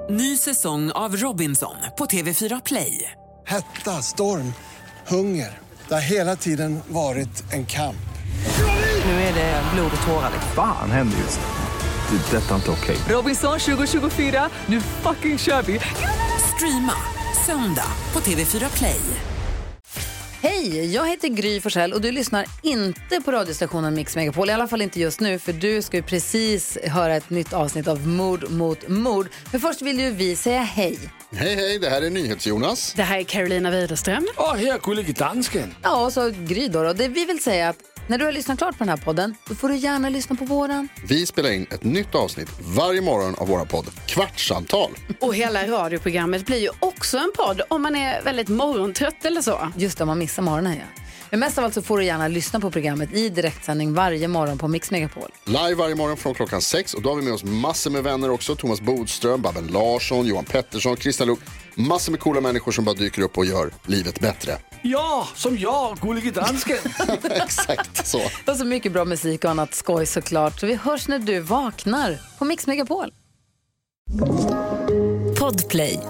Ny säsong av Robinson på TV4 Play. Hetta, storm, hunger. Det har hela tiden varit en kamp. Nu är det blod och tårar. Fan händer just nu. Det. Detta är inte okej. Robinson 2024, nu fucking kör vi. Streama söndag på TV4 Play. Hej, jag heter Gry Forssell och du lyssnar inte på radiostationen Mix Megapol. I alla fall inte just nu, för du ska ju precis höra ett nytt avsnitt av Mord mot mord. Men först vill ju vi säga hej. Hej, det här är NyhetsJonas. Det här är Carolina Widerström. Och här är Gullige Dansken. Ja, och så Gry då. Det vi vill säga att när du har lyssnat klart på den här podden, då får du gärna lyssna på våran. Vi spelar in ett nytt avsnitt varje morgon av våra podd Kvartsamtal. Och hela radioprogrammet blir ju också en podd om man är väldigt morgontrött eller så. Just det, man missar morgonen, ja. Men mest av allt så får du gärna lyssna på programmet i direktsändning varje morgon på Mix Megapol. Live varje morgon från klockan 6. Och då har vi med oss massor med vänner också. Thomas Bodström, Babben Larsson, Johan Pettersson, Christian Luuk. Massor med coola människor som bara dyker upp och gör livet bättre. Ja, som jag, Gullige Dansken. Exakt så. Och så mycket bra musik och annat skoj såklart. Så vi hörs när du vaknar på Mix Megapol. Podplay.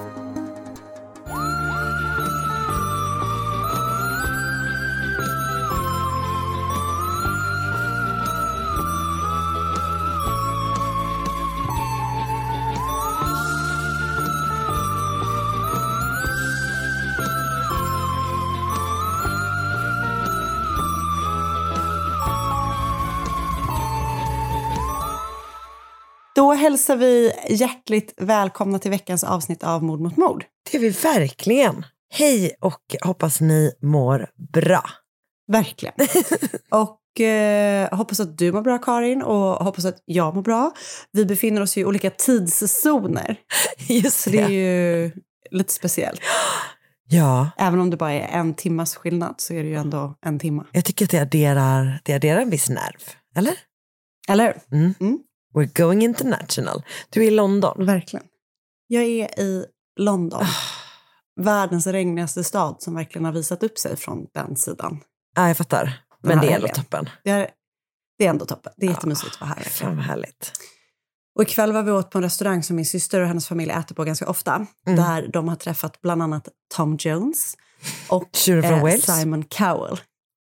Då hälsar vi hjärtligt välkomna till veckans avsnitt av Mord mot mord. Det är vi verkligen. Hej och hoppas ni mår bra. Verkligen. Och hoppas att du mår bra, Karin, och hoppas att jag mår bra. Vi befinner oss i olika tidszoner. Just det. Det är ju lite speciellt. Ja. Även om det bara är en timmas skillnad så är det ju ändå en timma. Jag tycker att det adderar en viss nerv. Eller? Eller hur? Mm. We're going international. Du är i London. Verkligen. Jag är i London. Världens regnigaste stad som verkligen har visat upp sig från den sidan. Ja, jag fattar. Men det är ändå toppen. Det är ändå toppen. Det är jättemysigt att vara här. Fan vad härligt. Och ikväll var vi åt på en restaurang som min syster och hennes familj äter på ganska ofta. Där de har träffat bland annat Tom Jones och Simon Cowell.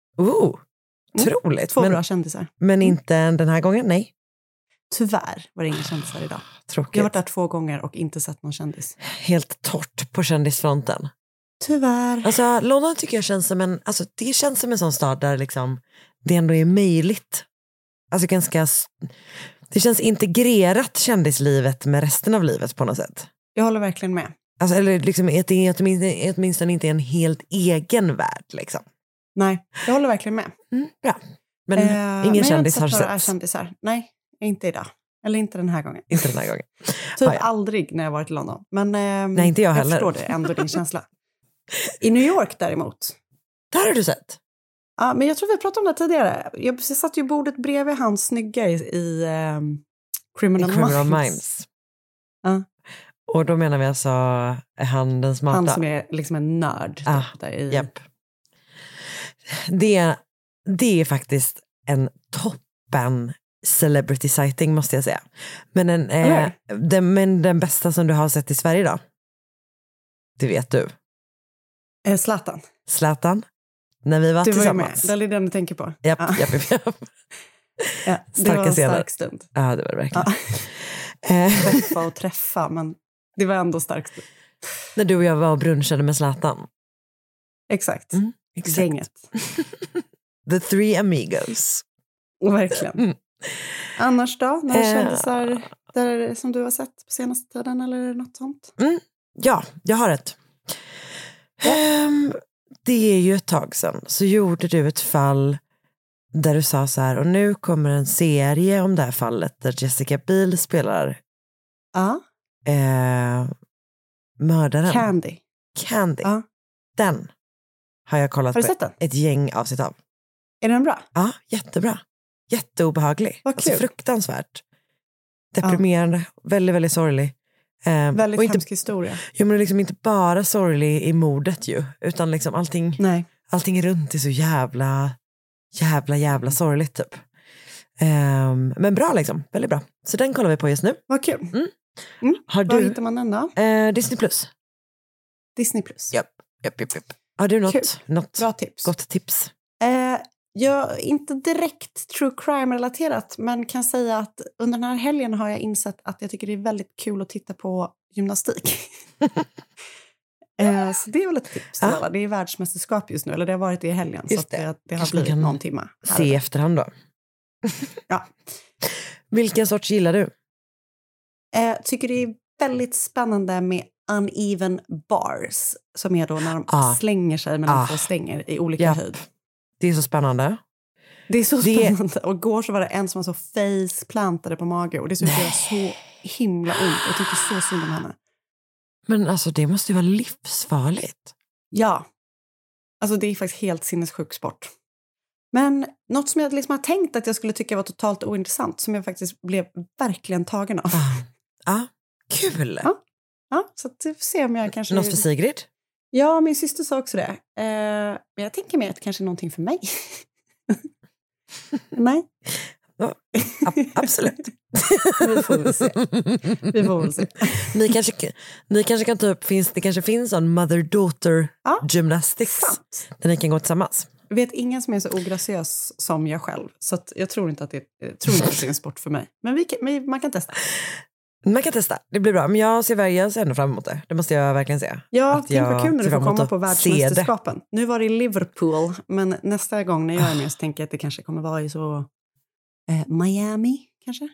Otroligt. Två bra kändisar. Men inte den här gången, nej. Tyvärr var det ingen kändisar idag. Tråkigt. Jag har varit där 2 gånger och inte sett någon kändis. Helt torrt på kändisfronten. Tyvärr. Alltså London tycker jag känns som en, alltså det känns som en sån stad där liksom det ändå är möjligt. Alltså det känns integrerat kändislivet med resten av livet på något sätt. Jag håller verkligen med. Alltså eller liksom det är åtminstone inte en helt egen värld liksom. Nej, jag håller verkligen med. Bra. Men ingen kändis har sett. Är kändisar. Nej, inte idag. Eller inte den här gången. Inte den här gången. Typ aldrig när jag varit i London. Men nej, inte jag heller. Jag förstår det, ändå din känsla. I New York däremot. Där har du sett. Ja, men jag tror vi pratade om det tidigare. Jag satt ju bordet bredvid hans snygga i Criminal Minds. Ja. Och då menar vi alltså han den smarta. Han som är liksom en nörd. Japp. Det är faktiskt en toppen celebrity sighting måste jag säga. Men den bästa som du har sett i Sverige då? Det vet du. Zlatan. När vi var tillsammans. Det är den du tänker på. Japp. Ja, det var en stark stund. Ja, det var det verkligen. Träffa, men det var ändå starkt. När du och jag var och brunchade med Zlatan. Exakt. Gänget. The three amigos. Verkligen. Annars då? Några kändisar där som du har sett på senaste tiden eller något sånt? Ja, jag har ett. Det är ju ett tag sedan så gjorde du ett fall där du sa så här, och nu kommer en serie om det här fallet där Jessica Biel spelar mördaren. Candy. Den har jag kollat på ett gäng avsnitt av. Är den bra? Ja, jättebra. Jätteobehaglig. Alltså fruktansvärt. Deprimerande. Väldigt, väldigt sorglig. Väldigt hemsk historia. Jo, men liksom inte bara sorglig i mordet ju. Utan liksom allting runt är så jävla sorgligt typ. Men bra liksom. Väldigt bra. Så den kollar vi på just nu. Vad kul. Var hittar man den då? Disney Plus. Disney Plus. Japp. Har du något bra tips? Gott tips? Jag inte direkt true crime-relaterat, men kan säga att under den här helgen har jag insett att jag tycker det är väldigt kul att titta på gymnastik. Så det är väl ett tips till alla. Det är världsmästerskap just nu, eller det har varit det i helgen. Just så det har blivit någon timme. Se i efterhand då. Ja. Vilken sorts gillar du? Tycker det är väldigt spännande med uneven bars, som är då när de slänger sig mellan två stänger i olika höjd. Det är så spännande. Det är så spännande. Och igår så var det en som var så face plantade på mage, och det såg så himla ont. Jag tyckte så synd om henne. Men alltså det måste ju vara livsfarligt. Ja. Alltså det är faktiskt helt sinnessjuk sport. Men något som jag liksom har tänkt att jag skulle tycka var totalt ointressant, som jag faktiskt blev verkligen tagen av. Kul! Ja, så att vi får se om jag kanske... Något för Sigrid? Ja, min syster sa också det. Men jag tänker mer att det kanske är någonting för mig. Nej? Ja, absolut. Vi får väl se. Ni kanske kan ta upp, det kanske finns en mother-daughter gymnastics där ni kan gå tillsammans. Jag vet ingen som är så ograciös som jag själv, så att jag tror inte att det är en sport för mig. Men man kan testa. Man kan testa, det blir bra. Men jag ser ändå fram emot det. Det måste jag verkligen säga. Ja, tänk vad kul när du får komma på världsmästerskapen. Nu var det i Liverpool, men nästa gång när jag är med så tänker jag att det kanske kommer vara i så Miami, kanske.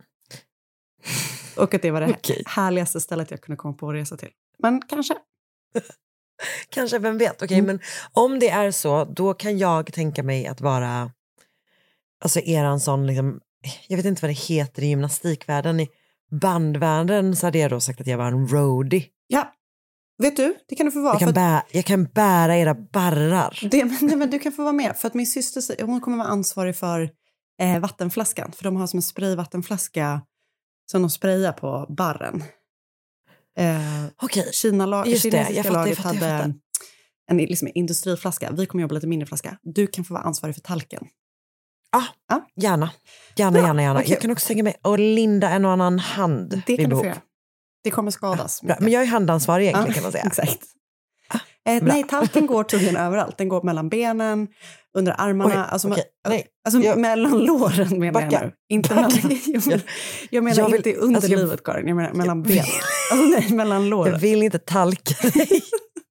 Och att det var det härligaste stället jag kunde komma på att resa till. Men kanske. Kanske, vem vet. Okej, men om det är så, då kan jag tänka mig att vara, alltså eran sån liksom, jag vet inte vad det heter i gymnastikvärlden, i bandvärlden så hade jag då sagt att jag var en roadie. Ja, vet du, det kan du få vara. Jag kan bära era barrar. Men du kan få vara med, för att min syster, hon kommer vara ansvarig för vattenflaskan, för de har som en sprayvattenflaska som de sprayar på barren. Okej, kinesiska laget hade en liksom industriflaska. Vi kommer jobba lite mindre flaska. Du kan få vara ansvarig för talken. Gärna. Okay. Jag kan också tänka mig och linda en och annan hand. Det kan du få göra. Det kommer skadas. Men jag är handansvarig egentligen kan man säga. Exakt. Nej, talken går tydligen överallt. Den går mellan benen, under armarna, mellan låren menar jag nu. Inte mellan, jag menar inte underlivet, Karin. Jag menar mellan benen. Nej, mellan låren. Jag vill inte talka dig.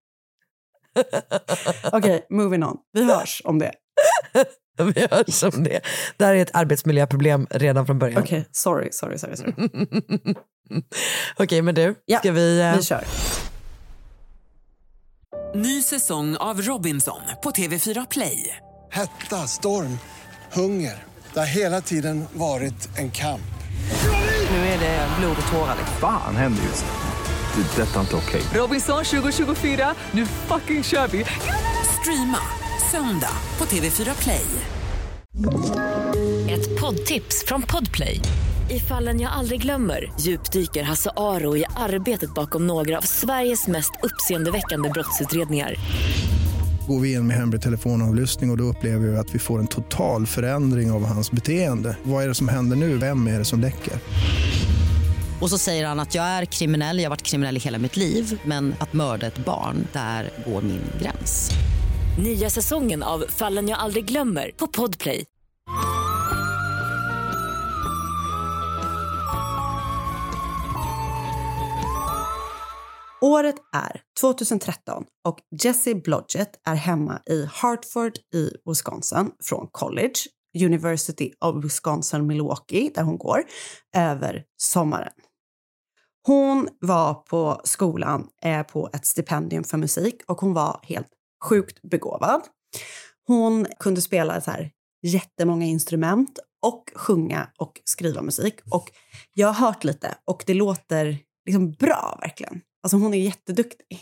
Okej, moving on. Vi hörs om det. Vi hörs om det. Det här är ett arbetsmiljöproblem redan från början. Okej, sorry. Okej, men du, ska vi kör. Ny säsong av Robinson på TV4 Play. Hetta, storm, hunger. Det har hela tiden varit en kamp. Nu är det blod och tårar. Fan händer just det. Det är detta inte okej. Robinson 2024, nu fucking kör vi. Streama söndag på TV4 Play. Ett poddtips från Podplay. I Fallen jag aldrig glömmer djupdyker Hasse Aro i arbetet bakom några av Sveriges mest uppseendeväckande brottsutredningar. Går vi in med hemlig telefonavlyssning och då upplever vi att vi får en total förändring av hans beteende. Vad är det som händer nu? Vem är det som läcker? Och så säger han att jag är kriminell, jag har varit kriminell i hela mitt liv. Men att mörda ett barn, där går min gräns. Nya säsongen av Fallen jag aldrig glömmer på Podplay. Året är 2013 och Jessie Blodgett är hemma i Hartford i Wisconsin från college, University of Wisconsin-Milwaukee, där hon går, över sommaren. Hon var på skolan på ett stipendium för musik och hon var helt sjukt begåvad. Hon kunde spela så här jättemånga instrument och sjunga och skriva musik. Och jag har hört lite och det låter liksom bra verkligen. Alltså hon är jätteduktig.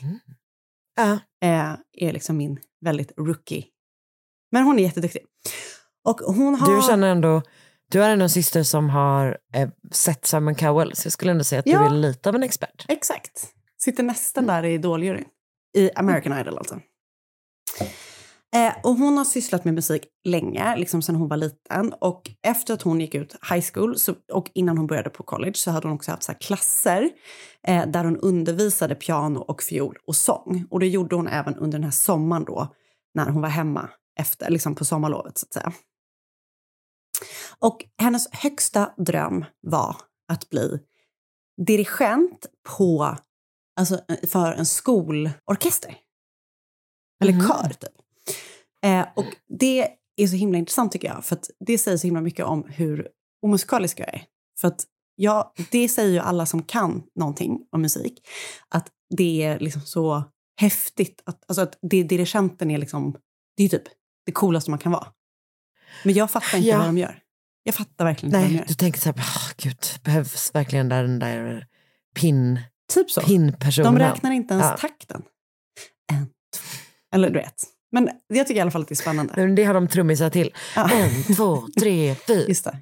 Är liksom min väldigt rookie. Men hon är jätteduktig. Och hon har... Du är ändå en syster som har sett Simon Cowell. Så jag skulle ändå säga att du är lite av en expert. Exakt. Sitter nästan där i Idol-juryn. I American Idol alltså. Och hon har sysslat med musik länge, liksom sedan hon var liten. Och efter att hon gick ut high school och innan hon började på college så hade hon också haft så här klasser där hon undervisade piano och fiol och sång. Och det gjorde hon även under den här sommaren då när hon var hemma efter, liksom på sommarlovet så att säga. Och hennes högsta dröm var att bli dirigent alltså för en skolorkester. Eller kör typ. Och det är så himla intressant tycker jag. För att det säger så himla mycket om hur omusikalisk jag är. För att det säger ju alla som kan någonting om musik. Att det är liksom så häftigt. Att dirigenten är liksom, det är typ det coolaste man kan vara. Men jag fattar inte vad de gör. Jag fattar verkligen inte vad de gör. Du tänker så här, gud, behövs verkligen den där typ så. Pin-personen. De räknar inte ens takten. 1, 2. Eller du vet. Men jag tycker i alla fall att det är spännande. Men det har de trummisar till. 1, 2, 3, 4. Just det.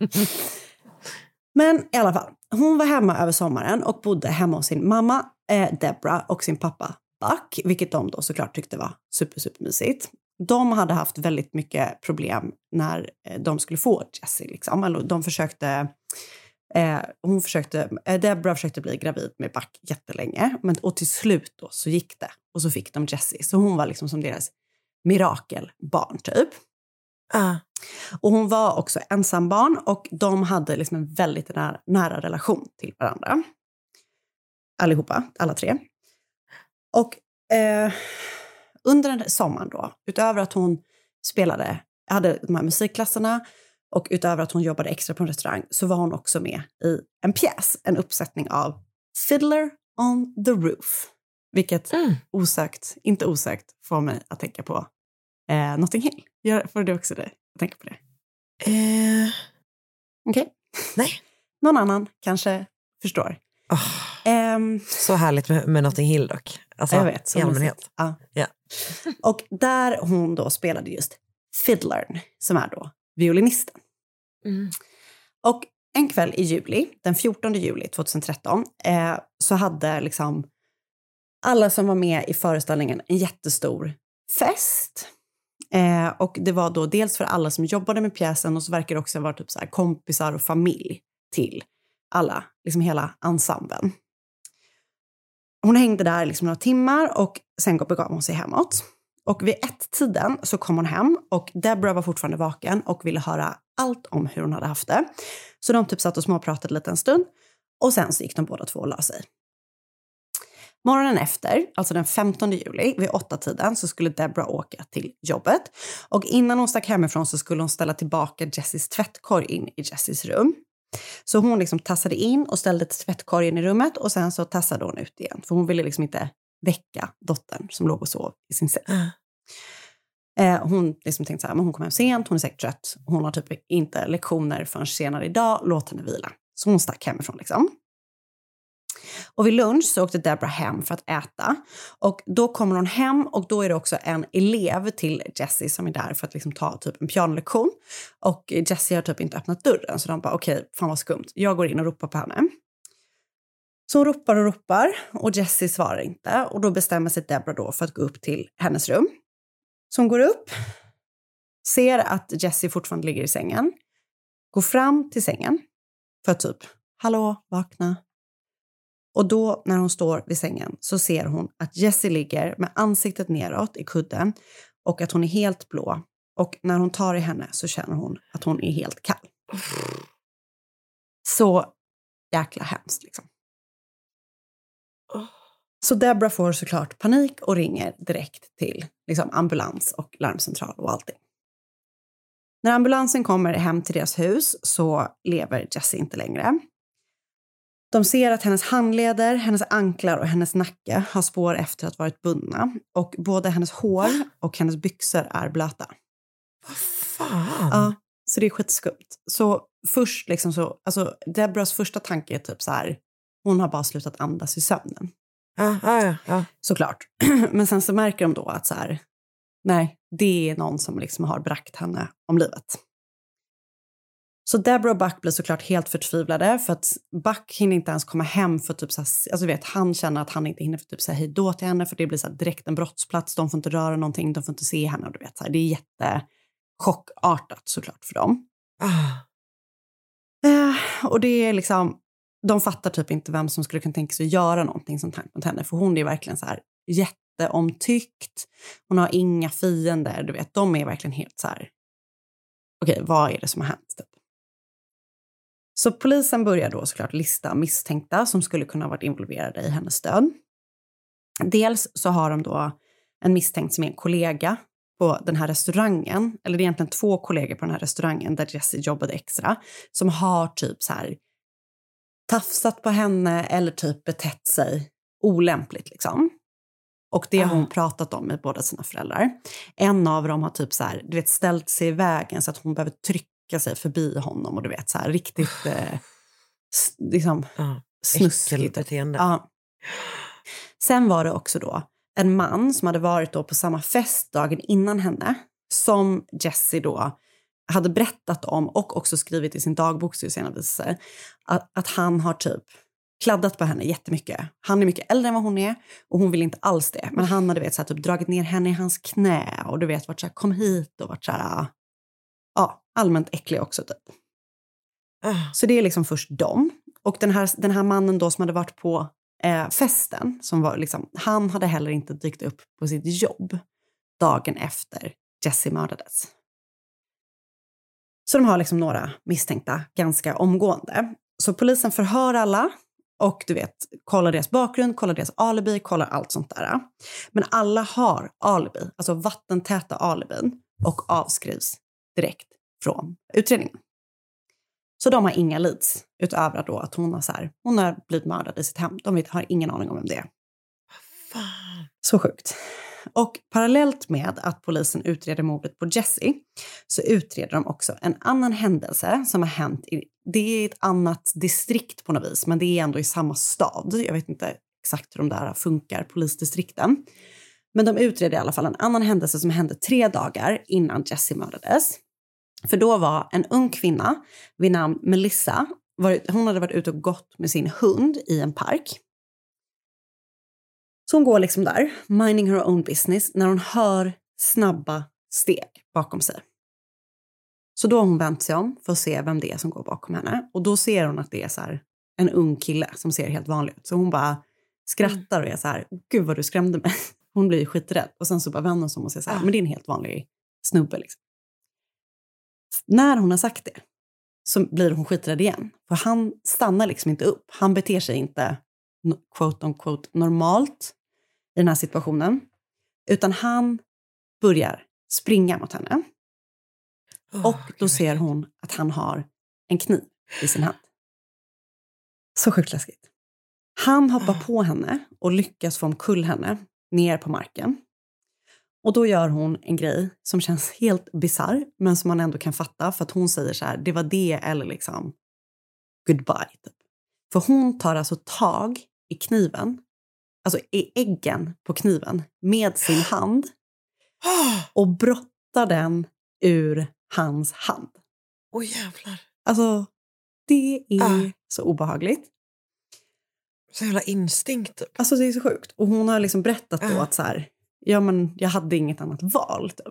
Men i alla fall. Hon var hemma över sommaren och bodde hemma hos sin mamma Deborah och sin pappa Buck. Vilket de då såklart tyckte var supermysigt. De hade haft väldigt mycket problem när de skulle få Jessie. Liksom. Eller de försökte... Deborah försökte bli gravid med Buck jättelänge. Och till slut då så gick det. Och så fick de Jessie. Så hon var liksom som deras mirakelbarn typ. Och hon var också ensambarn. Och de hade liksom en väldigt nära relation till varandra. Allihopa, alla 3. Och under den sommaren då. Utöver att hon hade de här musikklasserna. Och utöver att hon jobbade extra på en restaurang så var hon också med i en pjäs. En uppsättning av Fiddler on the Roof. Vilket inte osökt får mig att tänka på Notting Hill. Får du också det? Jag tänker på det. Okej. Nej. Någon annan kanske förstår. Så härligt med Notting Hill dock. Alltså, jag vet. I allmänhet. Ja. Och där hon då spelade just Fiddlern som är då violinisten. Och en kväll i juli, den 14 juli 2013, så hade liksom alla som var med i föreställningen en jättestor fest. Och det var då dels för alla som jobbade med pjäsen och så verkar det också vara typ så här kompisar och familj till alla, liksom hela ensemblen. Hon hängde där liksom några timmar och sen begav hon sig hemåt. Och vid 1-tiden så kom hon hem och Deborah var fortfarande vaken och ville höra allt om hur hon hade haft det. Så de typ satt och småpratade lite en stund och sen så gick de båda två och la sig. Morgonen efter, alltså den 15 juli vid 8-tiden så skulle Deborah åka till jobbet. Och innan hon stack hemifrån så skulle hon ställa tillbaka Jessies tvättkorg in i Jessies rum. Så hon liksom tassade in och ställde tvättkorgen i rummet och sen så tassade hon ut igen. För hon ville liksom inte väcka dottern som låg och sov i sin säng. Hon liksom tänkte så här, men hon kommer hem sent, hon är säkert trött. Hon har typ inte lektioner förrän senare idag, låt henne vila. Så hon stack hemifrån liksom. Och vid lunch så åkte Deborah hem för att äta. Och då kommer hon hem och då är det också en elev till Jessie som är där för att liksom ta typ en pianolektion. Och Jessie har typ inte öppnat dörren så de bara okej, fan vad skumt. Jag går in och ropar på henne. Så hon ropar och Jessie svarar inte. Och då bestämmer sig Deborah då för att gå upp till hennes rum. Så hon går upp, ser att Jessie fortfarande ligger i sängen. Går fram till sängen för typ, hallå, vakna. Och då när hon står vid sängen så ser hon att Jessie ligger med ansiktet neråt i kudden. Och att hon är helt blå. Och när hon tar i henne så känner hon att hon är helt kall. Så jäkla hemskt liksom. Så Deborah får såklart panik och ringer direkt till liksom, ambulans och larmcentral och allting. När ambulansen kommer hem till deras hus så lever Jessie inte längre. De ser att hennes handleder, hennes anklar och hennes nacke har spår efter att varit bundna. Och både hennes hår och hennes byxor är blöta. Vad fan? Ja, så det är skitskumt. Så först liksom så, alltså Deborahs första tanke är typ så här, hon har bara slutat andas i sömnen. Ja. Såklart. Men sen så märker de då att så här, nej, det är någon som liksom har bragt henne om livet. Så Deborah och Buck blir såklart helt förtvivlade för att Buck hinner inte ens komma hem för typ så här, alltså vet, han känner att han inte hinner för typ säga hej då till henne för det blir så här direkt en brottsplats, de får inte röra någonting, de får inte se henne och du vet så här, det är jättechockartat såklart för dem. Och det är liksom, de fattar typ inte vem som skulle kunna tänka sig att göra någonting sånt här mot henne, för hon är verkligen så här jätteomtyckt, hon har inga fiender, du vet, de är verkligen helt så här okej, vad är det som har hänt typ? Så polisen börjar då såklart lista misstänkta som skulle kunna ha varit involverade i hennes död. Dels så har de då en misstänkt som är en kollega på den här restaurangen, eller det är egentligen 2 kollegor på den här restaurangen där Jessie jobbade extra, som har typ så här tafsat på henne eller typ betett sig olämpligt liksom. Och det har hon pratat om med båda sina föräldrar. En av dem har typ så här, du vet, ställt sig i vägen så att hon behöver trycka sig förbi honom och du vet så här riktigt liksom snuskigt beteende. Ja. Sen var det också då en man som hade varit då på samma fest dagen innan henne, som Jessie då hade berättat om och också skrivit i sin dagbok att han har typ kladdat på henne jättemycket. Han är mycket äldre än vad hon är och hon vill inte alls det. Men han hade vet, så här, typ, dragit ner henne i hans knä och du vet varit så här, kom hit och varit så här, allmänt äcklig också typ. Så det är liksom först dem. Och den här mannen då som hade varit på festen, som var liksom, han hade heller inte dykt upp på sitt jobb dagen efter Jessie mördades. Så de har liksom några misstänkta ganska omgående. Så polisen förhör alla och du vet, kollar deras bakgrund, kollar deras alibi, kollar allt sånt där. Men alla har alibi, alltså vattentäta alibin, och avskrivs direkt från utredningen. Så de har inga leads utöver då att hon har blivit mördad i sitt hem. De har ingen aning om vem det är. Fan. Så sjukt. Och parallellt med att polisen utreder mordet på Jessie så utreder de också en annan händelse som har hänt det är ett annat distrikt på något vis, men det är ändå i samma stad. Jag vet inte exakt hur de där funkar, polisdistrikten. Men de utreder i alla fall en annan händelse som hände 3 dagar innan Jessie mördades. För då var en ung kvinna vid namn Melissa, hon hade varit ute och gått med sin hund i en park. Så hon går liksom där, minding her own business, när hon hör snabba steg bakom sig. Så då har hon vänt sig om för att se vem det är som går bakom henne. Och då ser hon att det är så här en ung kille som ser helt vanlig ut. Så hon bara skrattar och är så här, gud vad du skrämde mig. Hon blir skiträdd. Och sen så bara vänder hon sig om och säger så här, men det är en helt vanlig snubbe liksom. När hon har sagt det så blir hon skiträdd igen. För han stannar liksom inte upp. Han beter sig inte quote on quote normalt i den här situationen. Utan han börjar springa mot henne. Och då ser hon att han har en kniv i sin hand. Så sjukt läskigt. Han hoppar på henne och lyckas få omkull henne ner på marken. Och då gör hon en grej som känns helt bizarr, men som man ändå kan fatta, för att hon säger så här, det var det eller liksom goodbye. Typ. För hon tar alltså tag i kniven, alltså i äggen på kniven med sin hand och brottar den ur hans hand. Åh jävlar. Alltså det är så obehagligt. Så jävla instinkt. Alltså det är så sjukt. Och hon har liksom berättat då att så här, ja men jag hade inget annat val typ.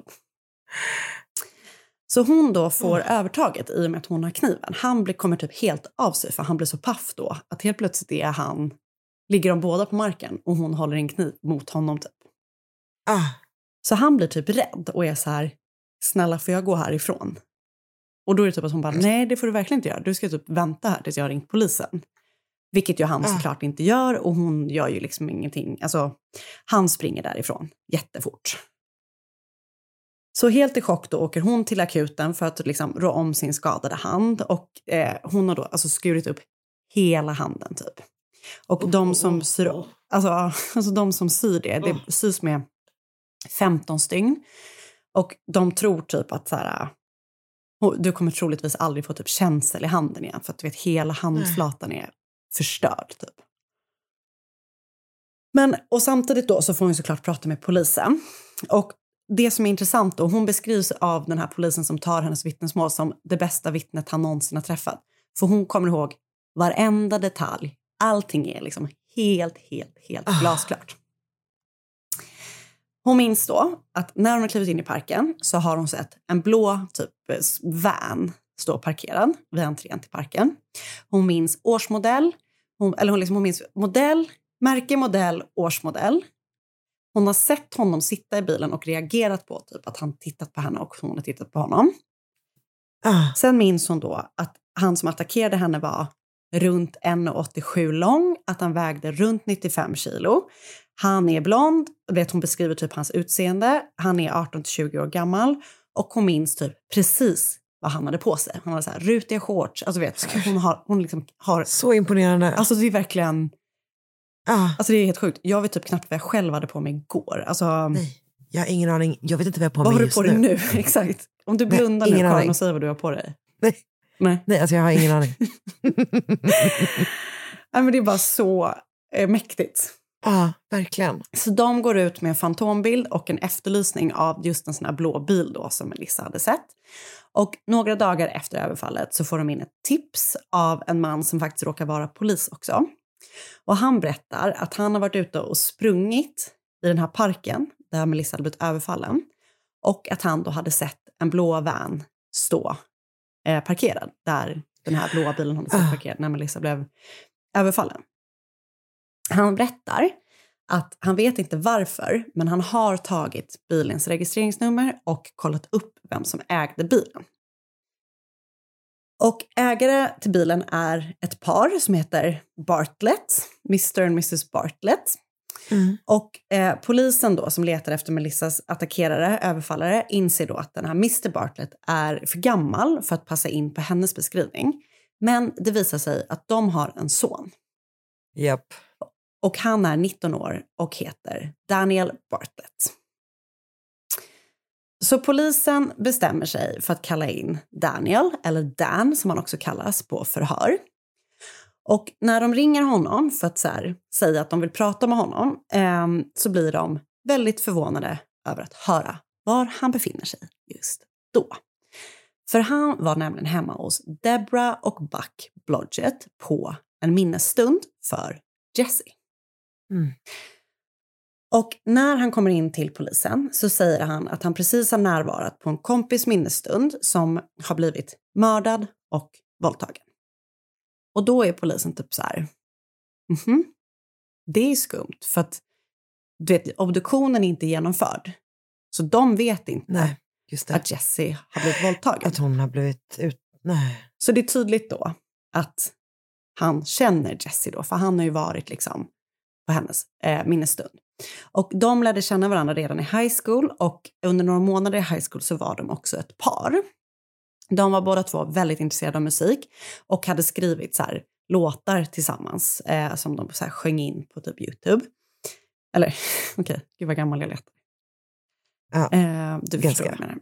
Så hon då får övertaget i och med att hon har kniven. Han kommer typ helt av sig, för han blir så paff då att helt plötsligt ligger de båda på marken och hon håller en kniv mot honom typ. Så han blir typ rädd och är så här, snälla får jag gå härifrån? Och då är det typ att hon bara, nej det får du verkligen inte göra. Du ska typ vänta här tills jag har ringt polisen. Vilket ju han såklart inte gör, och hon gör ju liksom ingenting. Alltså han springer därifrån jättefort. Så helt i chock då åker hon till akuten för att liksom rå om sin skadade hand. Och hon har då alltså skurit upp hela handen typ. Och de som syr, alltså de som syr det sys med 15 stygn. Och de tror typ att så här, du kommer troligtvis aldrig få typ känsel i handen igen. För att du vet, hela handflatan är förstörd typ. Men, och samtidigt då så får hon såklart prata med polisen. Och det som är intressant då, hon beskrivs av den här polisen som tar hennes vittnesmål som det bästa vittnet han någonsin har träffat. För hon kommer ihåg varenda detalj. Allting är liksom helt glasklart. Hon minns då att när hon har klivit in i parken så har hon sett en blå typ van stå parkerad vid entrén till parken. Hon minns årsmodell. Hon minns modell, märke, modell, årsmodell. Hon har sett honom sitta i bilen och reagerat på typ att han tittat på henne och hon har tittat på honom. Sen minns hon då att han som attackerade henne var runt 1,87 lång, att han vägde runt 95 kilo. Han är blond, hon beskriver typ hans utseende. Han är 18-20 år gammal och hon minns typ precis vad han hade på sig. Han hade så här rutiga shorts, alltså hon liksom har så imponerande. Alltså det är verkligen alltså det är helt sjukt. Jag vet typ knappt vad jag själv hade på mig igår. Alltså, nej, jag har ingen aning. Jag vet inte vad jag har på mig just nu. Vad har du på dig nu? Exakt. Om du blundar nu, Karin, och säger vad du har på dig. Nej, alltså jag har ingen aning. Nej, men det är bara så mäktigt. Ja, verkligen. Så de går ut med en fantombild och en efterlysning av just en sån här blå bil då som Melissa hade sett. Och några dagar efter överfallet så får de in ett tips av en man som faktiskt råkar vara polis också. Och han berättar att han har varit ute och sprungit i den här parken där Melissa hade blivit överfallen. Och att han då hade sett en blå van stå parkerad där den här blåa bilen hade stått parkerad när Melissa blev överfallen. Han berättar att han vet inte varför, men han har tagit bilens registreringsnummer och kollat upp vem som ägde bilen. Och ägare till bilen är ett par som heter Bartlett, Mr. och Mrs. Bartlett. Och polisen då som letar efter Melissas attackerare, överfallare, inser då att den här Mr. Bartlett är för gammal för att passa in på hennes beskrivning. Men det visar sig att de har en son. Japp. Och han är 19 år och heter Daniel Bartlett. Så polisen bestämmer sig för att kalla in Daniel, eller Dan som han också kallas, på förhör. Och när de ringer honom för att säga att de vill prata med honom så blir de väldigt förvånade över att höra var han befinner sig just då. För han var nämligen hemma hos Deborah och Buck Blodgett på en minnesstund för Jessie. Och när han kommer in till polisen så säger han att han precis har närvarat på en kompis minnesstund som har blivit mördad och våldtagen. Och då är polisen typ så här, det är skumt för att du vet, obduktionen är inte genomförd. Så de vet inte att Jessie har blivit våldtagen. Att hon har blivit Så det är tydligt då att han känner Jessie då, för han har ju varit liksom på hennes minnesstund. Och de lärde känna varandra redan i high school och under några månader i high school så var de också ett par. De var båda två väldigt intresserade av musik och hade skrivit så här låtar tillsammans som de så här sjöng in på typ YouTube. Eller, okej, gud vad gammal jag lät. Ja, du förstår vad jag menar.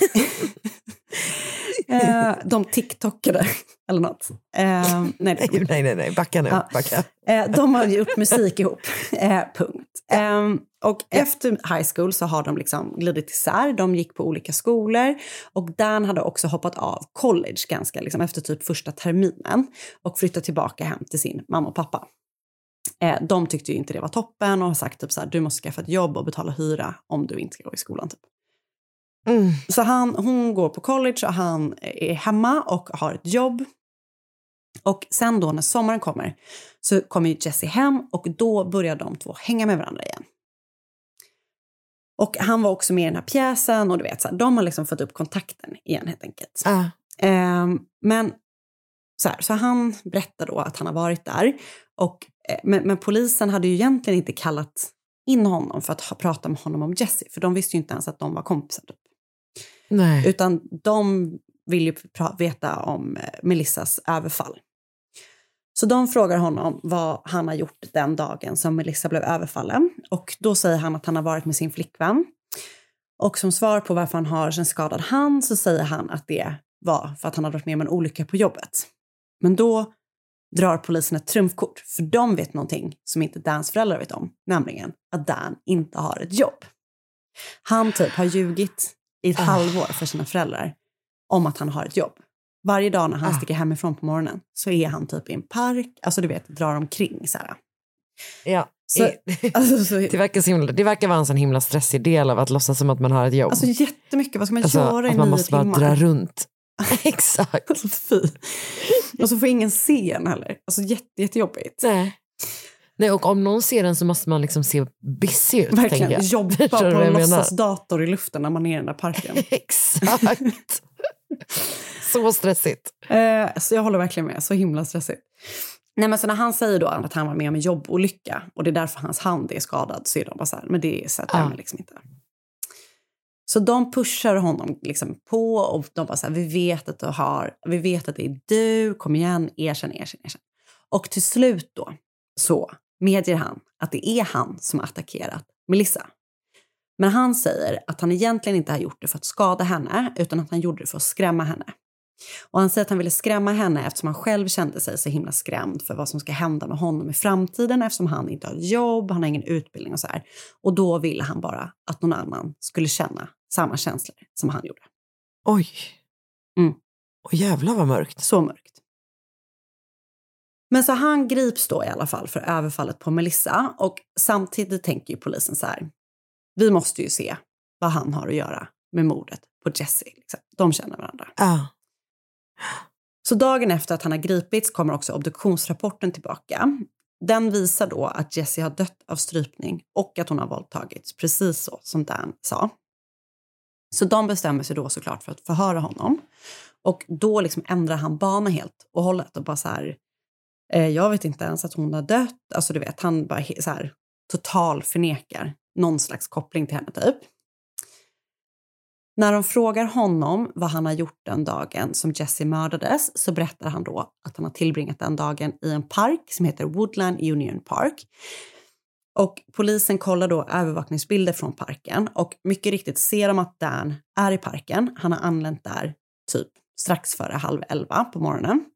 De TikTokade eller något. Nej, backa nu. Backa. De har gjort musik ihop. Punkt. Och efter high school så har de liksom glidit isär. De gick på olika skolor. Och Dan hade också hoppat av college ganska liksom efter typ första terminen. Och flyttat tillbaka hem till sin mamma och pappa. De tyckte ju inte det var toppen och har sagt typ så här, du måste skaffa ett jobb och betala hyra om du inte ska gå i skolan typ. Så hon går på college och han är hemma och har ett jobb. Och sen då när sommaren kommer så kommer ju Jessie hem och då börjar de två hänga med varandra igen. Och han var också med i den här pjäsen och du vet så här, de har liksom fått upp kontakten igen helt enkelt. Men så han berättar då att han har varit där och men polisen hade ju egentligen inte kallat in honom för att prata med honom om Jessie, för de visste ju inte ens att de var kompisar typ. Nej. Utan de vill ju veta om Melissas överfall. Så de frågar honom vad han har gjort den dagen som Melissa blev överfallen. Och då säger han att han har varit med sin flickvän. Och som svar på varför han har en skadad hand så säger han att det var för att han hade varit med om en olycka på jobbet. Men då drar polisen ett trumfkort, för de vet någonting som inte Dans föräldrar vet om. Nämligen att Dan inte har ett jobb. Han typ har ljugit i ett halvår för sina föräldrar om att han har ett jobb. Varje dag när han sticker hemifrån på morgonen så är han typ i en park. Alltså du vet, drar omkring så här. Ja, så, det verkar vara en sån himla stressig del av att låtsas som att man har ett jobb. Alltså jättemycket, vad ska man göra i 9 timmar? Att man måste bara dra runt. Exakt. Alltså, fy. Och så får ingen se en heller. Alltså jättejobbigt. Nej, och om någon ser den så måste man liksom se busy ut. Verkligen, jobba på en låtsasdator i luften när man är i den där parken. Exakt. Så stressigt. Så jag håller verkligen med, så himla stressigt. Nej, men så när han säger då att han var med om en jobbolycka och det är därför hans hand är skadad, så är de bara så här, men det stämmer liksom inte. Så de pushar honom liksom på och de bara så här, vi vet att det är du, kom igen, erkänn. Och till slut då så medger han att det är han som har attackerat Melissa. Men han säger att han egentligen inte har gjort det för att skada henne, utan att han gjorde det för att skrämma henne. Och han säger att han ville skrämma henne eftersom han själv kände sig så himla skrämd för vad som ska hända med honom i framtiden, eftersom han inte har jobb, han har ingen utbildning och så här. Och då ville han bara att någon annan skulle känna samma känslor som han gjorde. Oj. Och jävlar vad mörkt. Så mörkt. Men så han grips då i alla fall för överfallet på Melissa, och samtidigt tänker ju polisen så här, vi måste ju se vad han har att göra med mordet på Jesse. Liksom. De känner varandra. Så dagen efter att han har gripits kommer också obduktionsrapporten tillbaka. Den visar då att Jesse har dött av strypning och att hon har våldtagits, precis så som Dan sa. Så de bestämmer sig då såklart för att förhöra honom. Och då liksom ändrar han bana helt och hållet och bara så här, jag vet inte ens att hon har dött. Alltså du vet, han bara så här total förnekar någon slags koppling till henne typ. När de frågar honom vad han har gjort den dagen som Jesse mördades, så berättar han då att han har tillbringat den dagen i en park som heter Woodland Union Park. Och polisen kollar då övervakningsbilder från parken, och mycket riktigt ser de att Dan är i parken. Han har anlänt där typ strax före 10:30 på morgonen.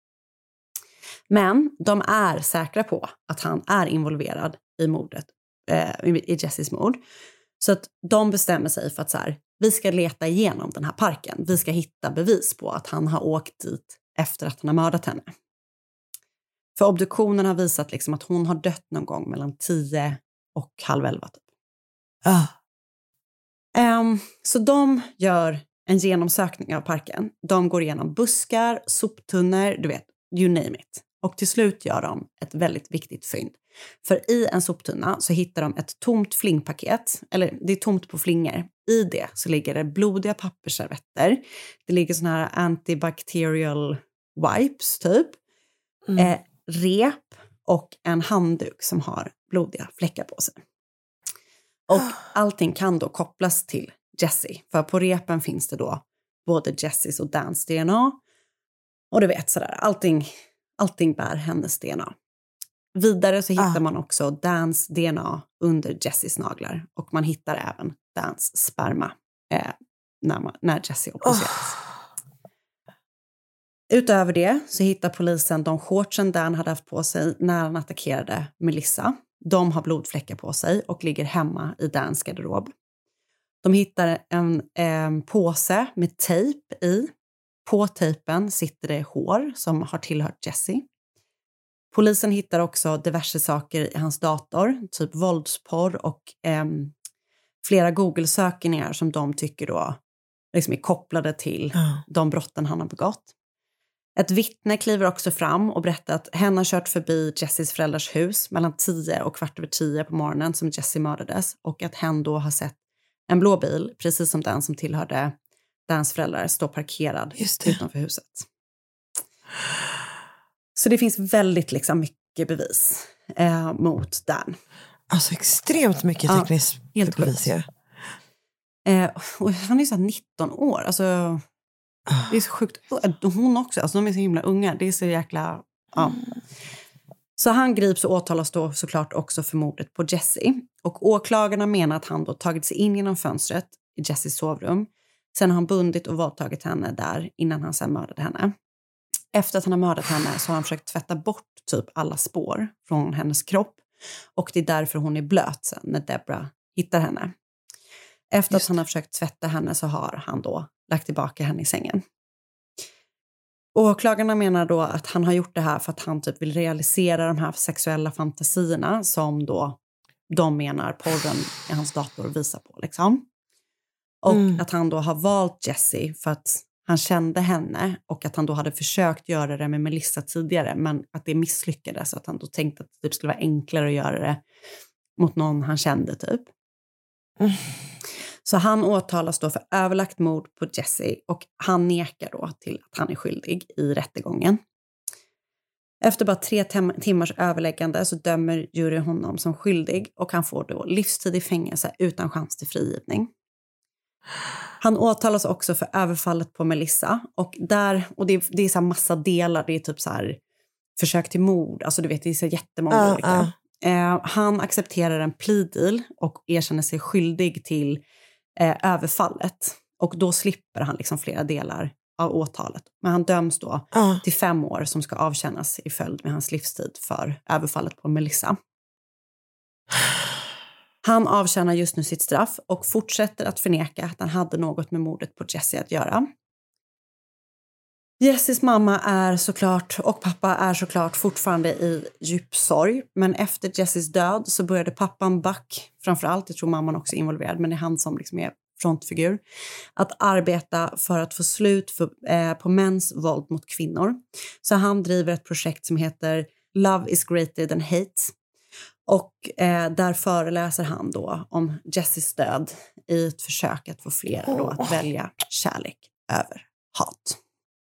Men de är säkra på att han är involverad i mordet, i Jesses mord. Så att de bestämmer sig för att så här, vi ska leta igenom den här parken. Vi ska hitta bevis på att han har åkt dit efter att han har mördat henne. För obduktionen har visat liksom att hon har dött någon gång mellan 10 och 10:30 typ. Så de gör en genomsökning av parken. De går igenom buskar, soptunnor, du vet, you name it. Och till slut gör de ett väldigt viktigt fynd. För i en soptunna så hittar de ett tomt flingpaket. Eller det är tomt på flingor. I det så ligger det blodiga pappersservetter. Det ligger såna här antibacterial wipes typ. Rep och en handduk som har blodiga fläckar på sig. Och allting kan då kopplas till Jesse. För på repen finns det då både Jesses och Dans DNA. Och du vet sådär, allting bär hennes DNA. Vidare så hittar man också Dans DNA under Jesses naglar. Och man hittar även Dans sperma när Jesse obduceras. Utöver det så hittar polisen de shortsen Dan hade haft på sig när han attackerade Melissa. De har blodfläckar på sig och ligger hemma i Dans garderob. De hittar en påse med tejp i. På tejpen sitter det hår som har tillhört Jesse. Polisen hittar också diverse saker i hans dator, typ våldsporr och flera Google-sökningar som de tycker då liksom är kopplade till de brotten han har begått. Ett vittne kliver också fram och berättar att hen har kört förbi Jesses föräldrars hus mellan 10 och 10:15 på morgonen som Jesse mördades, och att hen då har sett en blå bil, precis som den som tillhörde Dans föräldrar, stå parkerad utanför huset. Så det finns väldigt liksom mycket bevis mot Dan. Alltså extremt mycket tekniskt bevis. Och han är så här 19 år. Alltså, det är så sjukt. Hon också. Alltså, de är så himla unga. Det är så jäkla... Så han grips och åtalas då såklart också för mordet på Jesse. Och åklagarna menar att han då tagit sig in genom fönstret i Jesses sovrum. Sen har han bundit och våldtagit henne där innan han sen mördade henne. Efter att han har mördat henne så har han försökt tvätta bort typ alla spår från hennes kropp. Och det är därför hon är blöt sen när Deborah hittar henne. Efter att han har försökt tvätta henne så har han då lagt tillbaka henne i sängen. Åklagarna menar då att han har gjort det här för att han typ vill realisera de här sexuella fantasierna som då de menar porren i hans dator visar på liksom. Och att han då har valt Jessie för att han kände henne och att han då hade försökt göra det med Melissa tidigare men att det misslyckades. Att han då tänkte att det typ skulle vara enklare att göra det mot någon han kände typ. Så han åtalas då för överlagt mord på Jessie och han nekar då till att han är skyldig i rättegången. Efter bara 3 timmars överläggande så dömer jury honom som skyldig och han får då livstid i fängelse utan chans till frigivning. Han åtalas också för överfallet på Melissa och det är så här massa delar, det är typ så här försök till mord, alltså du vet det är så jättemånga olika. Han accepterar en plea deal och erkänner sig skyldig till överfallet och då slipper han liksom flera delar av åtalet. Men han döms då till 5 år som ska avtjänas i följd med hans livstid för överfallet på Melissa. Han avtjänar just nu sitt straff och fortsätter att förneka att han hade något med mordet på Jessie att göra. Jessies mamma är såklart och pappa är såklart fortfarande i djup sorg. Men efter Jessies död så började pappan Buck, framförallt, jag tror mamman också är involverad, men det är han som liksom är frontfigur, att arbeta för att få slut på mäns våld mot kvinnor. Så han driver ett projekt som heter Love is greater than hate. Och där föreläser han då om Jessies död i ett försök att få fler då att välja kärlek över hat.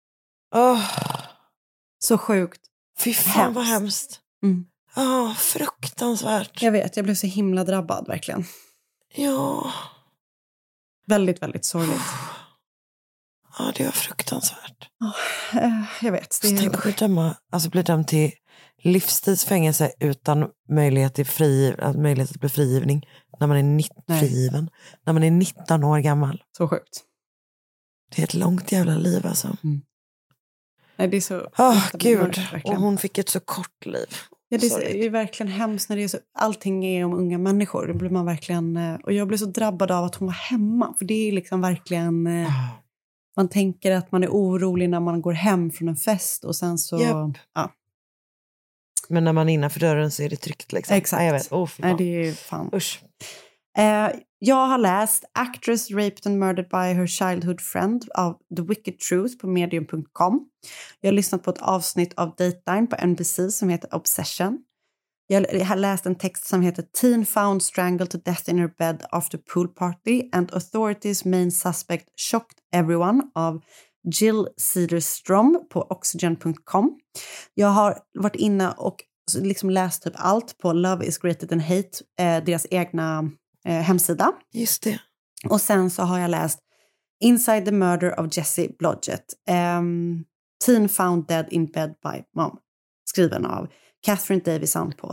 Så sjukt. Fy fan vad hemskt. Fruktansvärt. Jag vet, jag blev så himla drabbad verkligen. Ja. Väldigt, väldigt sorgligt. Ja, det var fruktansvärt. Jag vet. Det är... bli dömd till livstidsfängelse utan möjlighet till möjlighet att bli frigivning när man är frigiven. När man är 19 år gammal. Så sjukt. Det är ett långt jävla liv alltså. Nej, det är så... Gud. Och hon fick ett så kort liv. Ja, det är verkligen hemskt när det är så... Allting är om unga människor. Då blir man verkligen... Och jag blev så drabbad av att hon var hemma. För det är liksom verkligen... Man tänker att man är orolig när man går hem från en fest. Och sen så... Yep. Ja. Men när man är innanför dörren så är det tryggt liksom. Exakt. Jag vet. Nej, det är fan... Usch. Jag har läst Actress Raped and Murdered by Her Childhood Friend av The Wicked Truth på medium.com. Jag har lyssnat på ett avsnitt av Dateline på NBC som heter Obsession. Jag har läst en text som heter Teen Found Strangled to Death in Her Bed After Pool Party and Authorities Main Suspect Shocked Everyone av Jill Cederstrom på Oxygen.com. Jag har varit inne och liksom läst typ allt på Love is greater than hate, deras egna hemsida. Just det. Och sen så har jag läst Inside the Murder of Jessie Blodgett. Teen Found Dead in Bed by Mom. Skriven av Catherine Davison på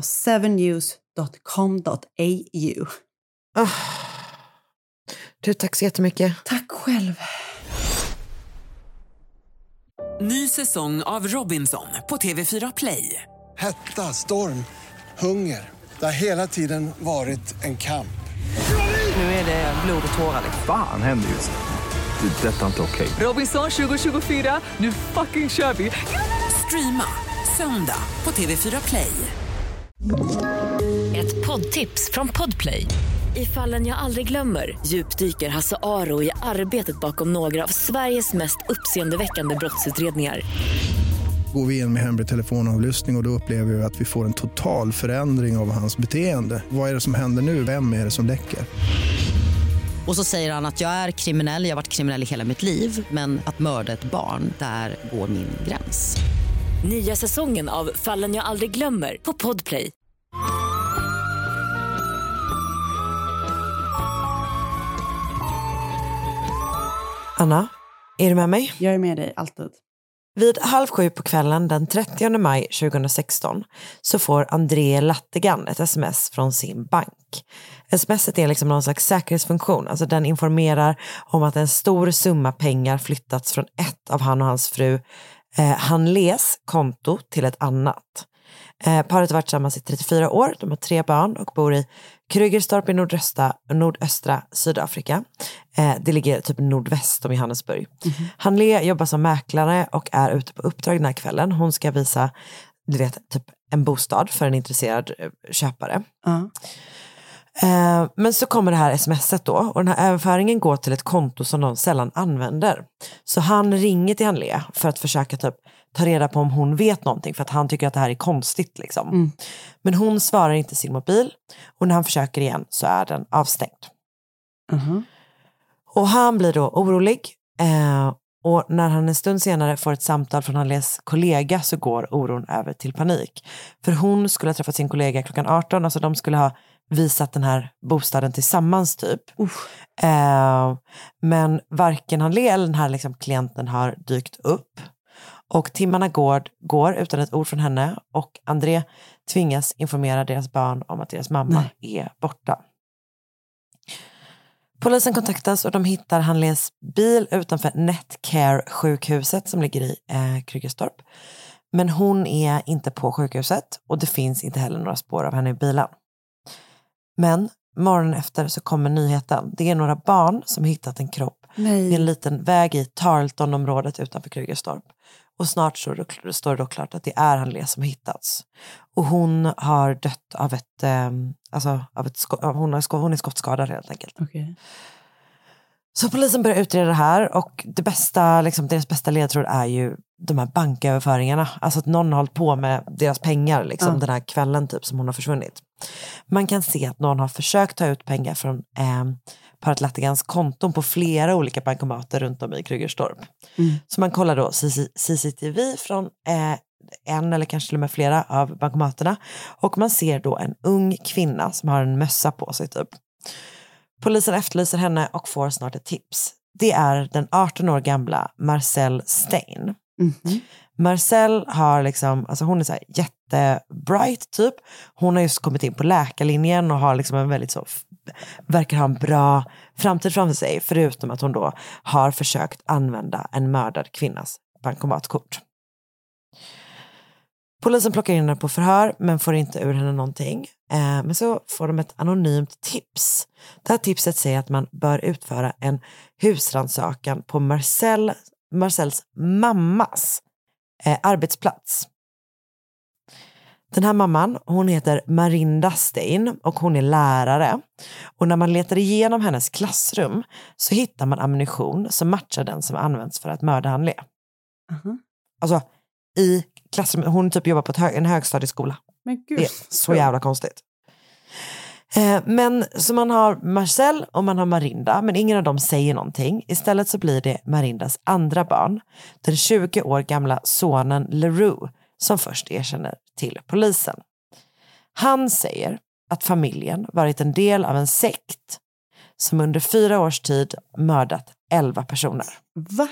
7news.com.au. Du, tack så jättemycket. Tack själv. Ny säsong av Robinson på TV4 Play. Hetta, storm, hunger. Det har hela tiden varit en kamp. Nu är det blod och tårar. Fan händer just det. Det är detta inte okej. Robinson 2024, nu fucking kör vi. Streama söndag på TV4 Play. Ett poddtips från Podplay. I Fallen jag aldrig glömmer djupdyker Hasse Aro i arbetet bakom några av Sveriges mest uppseendeväckande brottsutredningar. Går vi in med hemlig telefonavlyssning och då upplever vi att vi får en total förändring av hans beteende. Vad är det som händer nu? Vem är det som läcker? Och så säger han att jag är kriminell, jag har varit kriminell i hela mitt liv. Men att mörda ett barn, där går min gräns. Nya säsongen av Fallen jag aldrig glömmer på Podplay. Anna, är du med mig? Jag är med dig alltid. Vid 6:30 på kvällen den 30 maj 2016 så får André Lattegan ett sms från sin bank. Smset är liksom någon slags säkerhetsfunktion. Alltså den informerar om att en stor summa pengar flyttats från ett av han och hans fru Hanles konto till ett annat. Paret har varit tillsammans i 34 år. De har 3 barn och bor i Krugerstorp i nordöstra Sydafrika. Det ligger typ nordväst om Johannesburg. Hanlé jobbar som mäklare och är ute på uppdrag den här kvällen. Hon ska visa typ en bostad för en intresserad köpare. Men så kommer det här sms:et då, och den här överföringen går till ett konto som någon sällan använder. Så han ringer till Hanlé för att försöka typ ta reda på om hon vet någonting, för att han tycker att det här är konstigt liksom. Men hon svarar inte sin mobil, och när han försöker igen så är den avstängd. Och han blir då orolig, och när han en stund senare får ett samtal från Hanlés kollega så går oron över till panik. För hon skulle ha träffat sin kollega klockan 18, alltså de skulle ha visat den här bostaden tillsammans typ. Men varken Hanlé eller den här liksom klienten har dykt upp. Och timmarna går utan ett ord från henne, och André tvingas informera deras barn om att deras mamma är borta. Polisen kontaktas och de hittar Hanlés bil utanför Netcare-sjukhuset som ligger i Krugerstorp. Men hon är inte på sjukhuset, och det finns inte heller några spår av henne i bilen. Men morgonen efter så kommer nyheten. Det är några barn som hittat en kropp i en liten väg i Tarleton-området utanför Krugerstorp. Och snart står det då klart att det är Hanlé som hittats. Och hon har dött av hon är skottskadad helt enkelt. Så polisen börjar utreda det här, och det bästa, liksom, deras bästa ledtråd är ju de här banköverföringarna. Alltså att någon har hållit på med deras pengar liksom, den här kvällen typ som hon har försvunnit. Man kan se att någon har försökt ta ut pengar från paret Lattigans konton på flera olika bankomater runt om i Krugerstorp. Så man kollar då CCTV från en eller kanske till och med flera av bankomaterna, och man ser då en ung kvinna som har en mössa på sig typ. Polisen efterlyser henne och får snart ett tips. Det är den 18 år gamla Marcelle Stein. Marcelle har liksom, alltså hon är så här jättebright typ. Hon har just kommit in på läkarlinjen och har liksom en väldigt så, verkar ha en bra framtid framför sig, förutom att hon då har försökt använda en mördad kvinnas bankomatkort. Polisen plockar in henne på förhör men får inte ur henne någonting. Men så får de ett anonymt tips. Det här tipset säger att man bör utföra en husrannsakan på Marcelles mammas arbetsplats. Den här mamman, hon heter Marinda Stein och hon är lärare. Och när man letar igenom hennes klassrum så hittar man ammunition som matchar den som används för att mörda Hanlé. Alltså i klassrum, hon typ jobbar på en högstadieskola. Men gud. Det är så jävla konstigt. Men så man har Marcelle och man har Marinda, men ingen av dem säger någonting. Istället så blir det Marindas andra barn, den 20 år gamla sonen Leroux, som först erkänner till polisen. Han säger att familjen varit en del av en sekt som under 4 års tid mördat 11 personer. Va?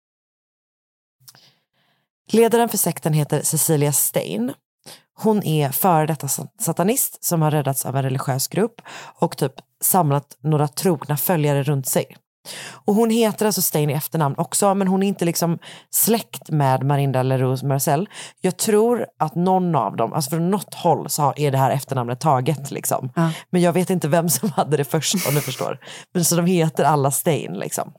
Ledaren för sekten heter Cecilia Stein. Hon är före detta satanist som har räddats av en religiös grupp och typ samlat några trogna följare runt sig. Och hon heter alltså Stein i efternamn också, men hon är inte liksom släkt med Marinda Leroux Marcelle. Jag tror att någon av dem, alltså från något håll så är det här efternamnet taget liksom. Men jag vet inte vem som hade det först, om du förstår. Men så de heter alla Stein liksom.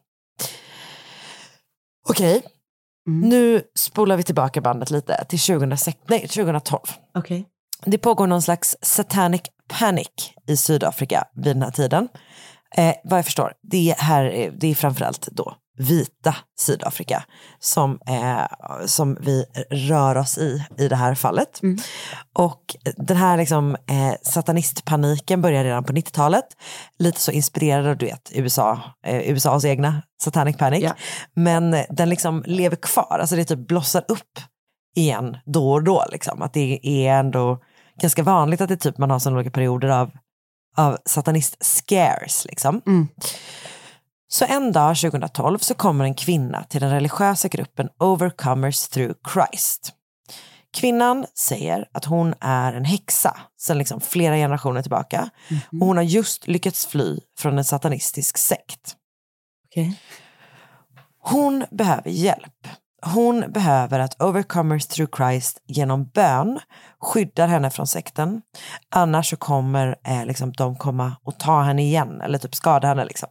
Okej. Nu spolar vi tillbaka bandet lite till 2012. Okay. Det pågår någon slags satanic panic i Sydafrika vid den här tiden. Vad jag förstår, det är framförallt då vita Sydafrika som vi rör oss i det här fallet. Och den här liksom, satanistpaniken börjar redan på 90-talet. Lite så inspirerad av, du vet, USAs egna satanic panic. Yeah. Men den liksom lever kvar. Alltså det typ blossar upp igen då och då. Liksom. Att det är ändå ganska vanligt att det typ man har sådana olika perioder av satanist-scares liksom. Så en dag 2012 så kommer en kvinna till den religiösa gruppen Overcomers Through Christ. Kvinnan säger att hon är en häxa sedan liksom flera generationer tillbaka. Och hon har just lyckats fly från en satanistisk sekt. Okay. Hon behöver hjälp. hon behöver att Overcomers Through Christ genom bön skyddar henne från sekten. Annars så kommer liksom, de komma och ta henne igen eller typ skada henne liksom.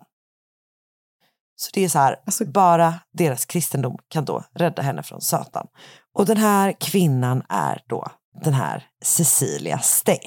Så det är så här, alltså, bara deras kristendom kan då rädda henne från Satan. Och den här kvinnan är då den här Cecilia Stein.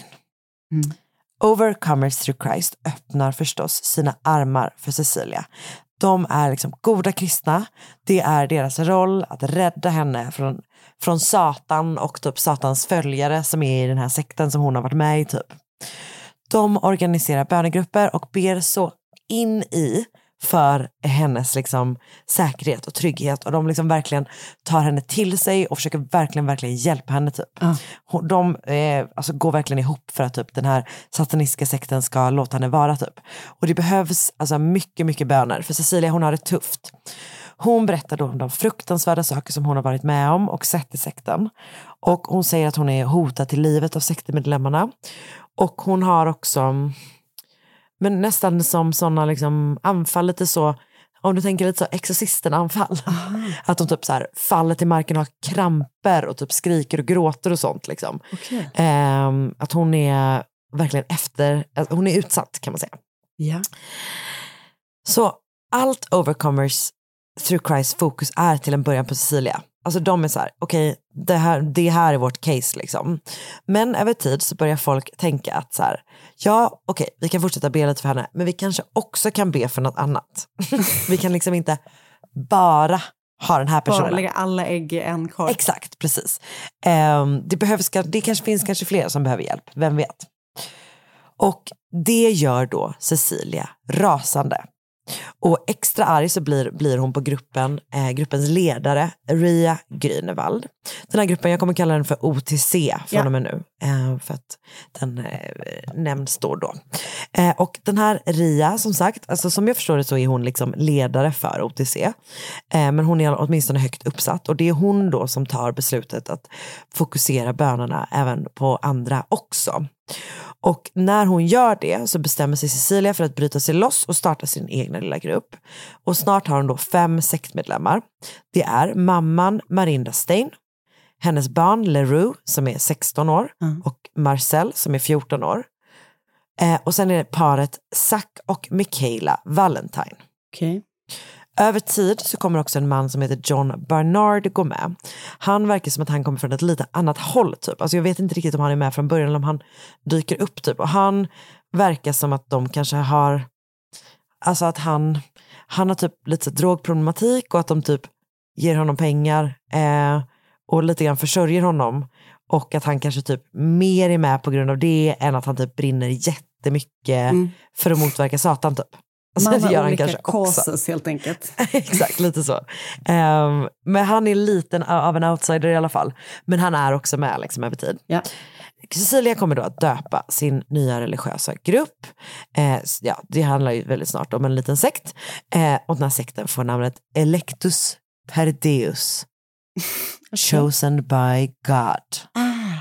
Overcomers Through Christ öppnar förstås sina armar för Cecilia. De är liksom goda kristna. Det är deras roll att rädda henne från Satan och typ Satans följare som är i den här sekten som hon har varit med i typ. De organiserar bönegrupper och ber så in i för hennes liksom säkerhet och trygghet, och de liksom verkligen tar henne till sig och försöker verkligen hjälpa henne typ. De alltså går verkligen ihop för att typ den här satanistiska sekten ska låta henne vara typ. Och det behövs alltså mycket böner, för Cecilia, hon har det tufft. Hon berättar då om de fruktansvärda saker som hon har varit med om och sett i sekten. Och hon säger att hon är hotad till livet av sektemedlemmarna. Och hon har också, men nästan som sådana liksom anfall, lite så, om du tänker lite så exorcisten-anfall. Att de typ så här faller till marken och har kramper och typ skriker och gråter och sånt liksom. Att hon är verkligen hon är utsatt kan man säga. Ja. Så allt Overcomers Through Christ fokus är till en början på Cecilia. Alltså de är så här, okej, det här är vårt case liksom. Men över tid så börjar folk tänka att så här, ja, okej, vi kan fortsätta be lite för henne, men vi kanske också kan be för något annat. Vi kan liksom inte bara ha den här personen. Bara lägga alla ägg i en korg. Exakt, precis. Det kanske finns fler som behöver hjälp, vem vet. Och det gör då Cecilia rasande. Och extra arg så blir hon på gruppens ledare, Ria Grünewald. Den här gruppen, jag kommer kalla den för OTC från och med nu. För att den nämns då. Och den här Ria, som sagt, alltså som jag förstår det så är hon liksom ledare för OTC. Men hon är åtminstone högt uppsatt. Och det är hon då som tar beslutet att fokusera bönerna även på andra också. Och när hon gör det så bestämmer sig Cecilia för att bryta sig loss och starta sin egen lilla grupp. Och snart har hon då 5 sektmedlemmar. Det är mamman Marinda Stein, hennes barn Leroux som är 16 år och Marcel som är 14 år. Och sen är det paret Zach och Michaela Valentine. Okej. Över tid så kommer också en man som heter John Barnard gå med. Han verkar som att han kommer från ett lite annat håll typ. Alltså jag vet inte riktigt om han är med från början eller om han dyker upp typ. Och han verkar som att de kanske har, alltså att han har typ lite drogproblematik och att de typ ger honom pengar och lite grann försörjer honom. Och att han kanske typ mer är med på grund av det än att han typ brinner jättemycket för att motverka Satan typ. Alltså, man det gör har han olika kanske causes också. helt enkelt. Exakt, lite så. Men han är liten av en outsider i alla fall. Men han är också med liksom över tid. Ja. Cecilia kommer då att döpa sin nya religiösa grupp. Det handlar ju väldigt snart om en liten sekt. Och den här sekten får namnet Electus per Deus. Chosen by God.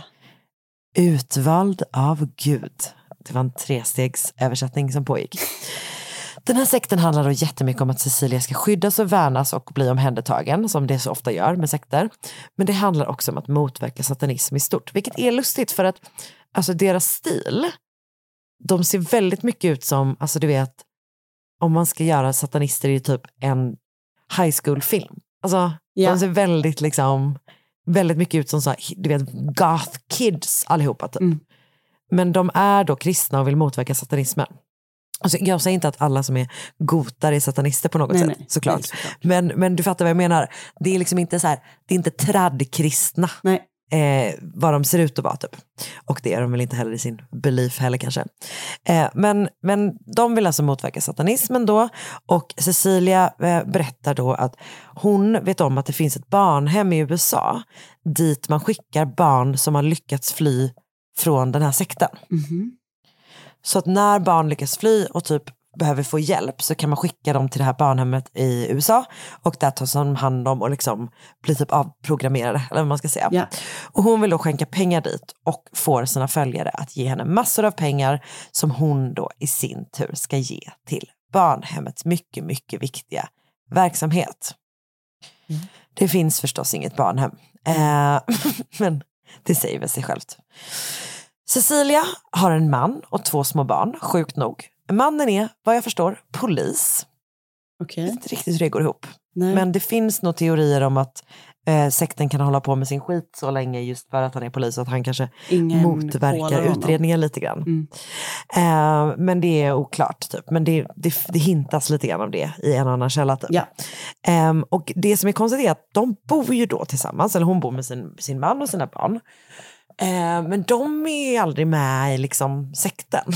Utvald av Gud. Det var en 3-stegsöversättning som pågick. Den här sekten handlar då jättemycket om att Cecilia ska skyddas och värnas och bli omhändertagen, som det så ofta gör med sekter. Men det handlar också om att motverka satanism i stort, vilket är lustigt för att alltså deras stil, de ser väldigt mycket ut som, alltså du vet, om man ska göra satanister i typ en high school-film. Alltså de ser väldigt mycket ut som så här, du vet, goth kids allihopa typ. Men de är då kristna och vill motverka satanismen. Alltså, jag säger inte att alla som är gotar är satanister på något sätt, såklart. Nej, såklart. Men du fattar vad jag menar. Det är liksom inte så här, det är inte traddkristna. Vad de ser ut att vara typ. Och det är de väl inte heller i sin belief heller kanske. Men de vill alltså motverka satanismen då. Och Cecilia berättar då att hon vet om att det finns ett barnhem i USA dit man skickar barn som har lyckats fly från den här sekten. Så att när barn lyckas fly och typ behöver få hjälp så kan man skicka dem till det här barnhemmet i USA och där tas de hand om och liksom blir typ avprogrammerade, eller vad man ska säga. Yeah. Och hon vill då skänka pengar dit och får sina följare att ge henne massor av pengar som hon då i sin tur ska ge till barnhemmets mycket, mycket viktiga verksamhet. Det finns förstås inget barnhem. Men det säger väl sig självt. Cecilia har en man och 2 små barn, sjukt nog. Mannen är, vad jag förstår, polis. Okej. Inte riktigt hur det går ihop. Nej. Men det finns nog teorier om att sekten kan hålla på med sin skit så länge just för att han är polis och att han kanske motverkar utredningen lite grann. Men det är oklart typ. Men det hintas lite grann om det i en annan källa typ. Ja. Och det som är konstigt är att de bor ju då tillsammans, eller hon bor med sin man och sina barn. Men de är aldrig med i liksom sekten.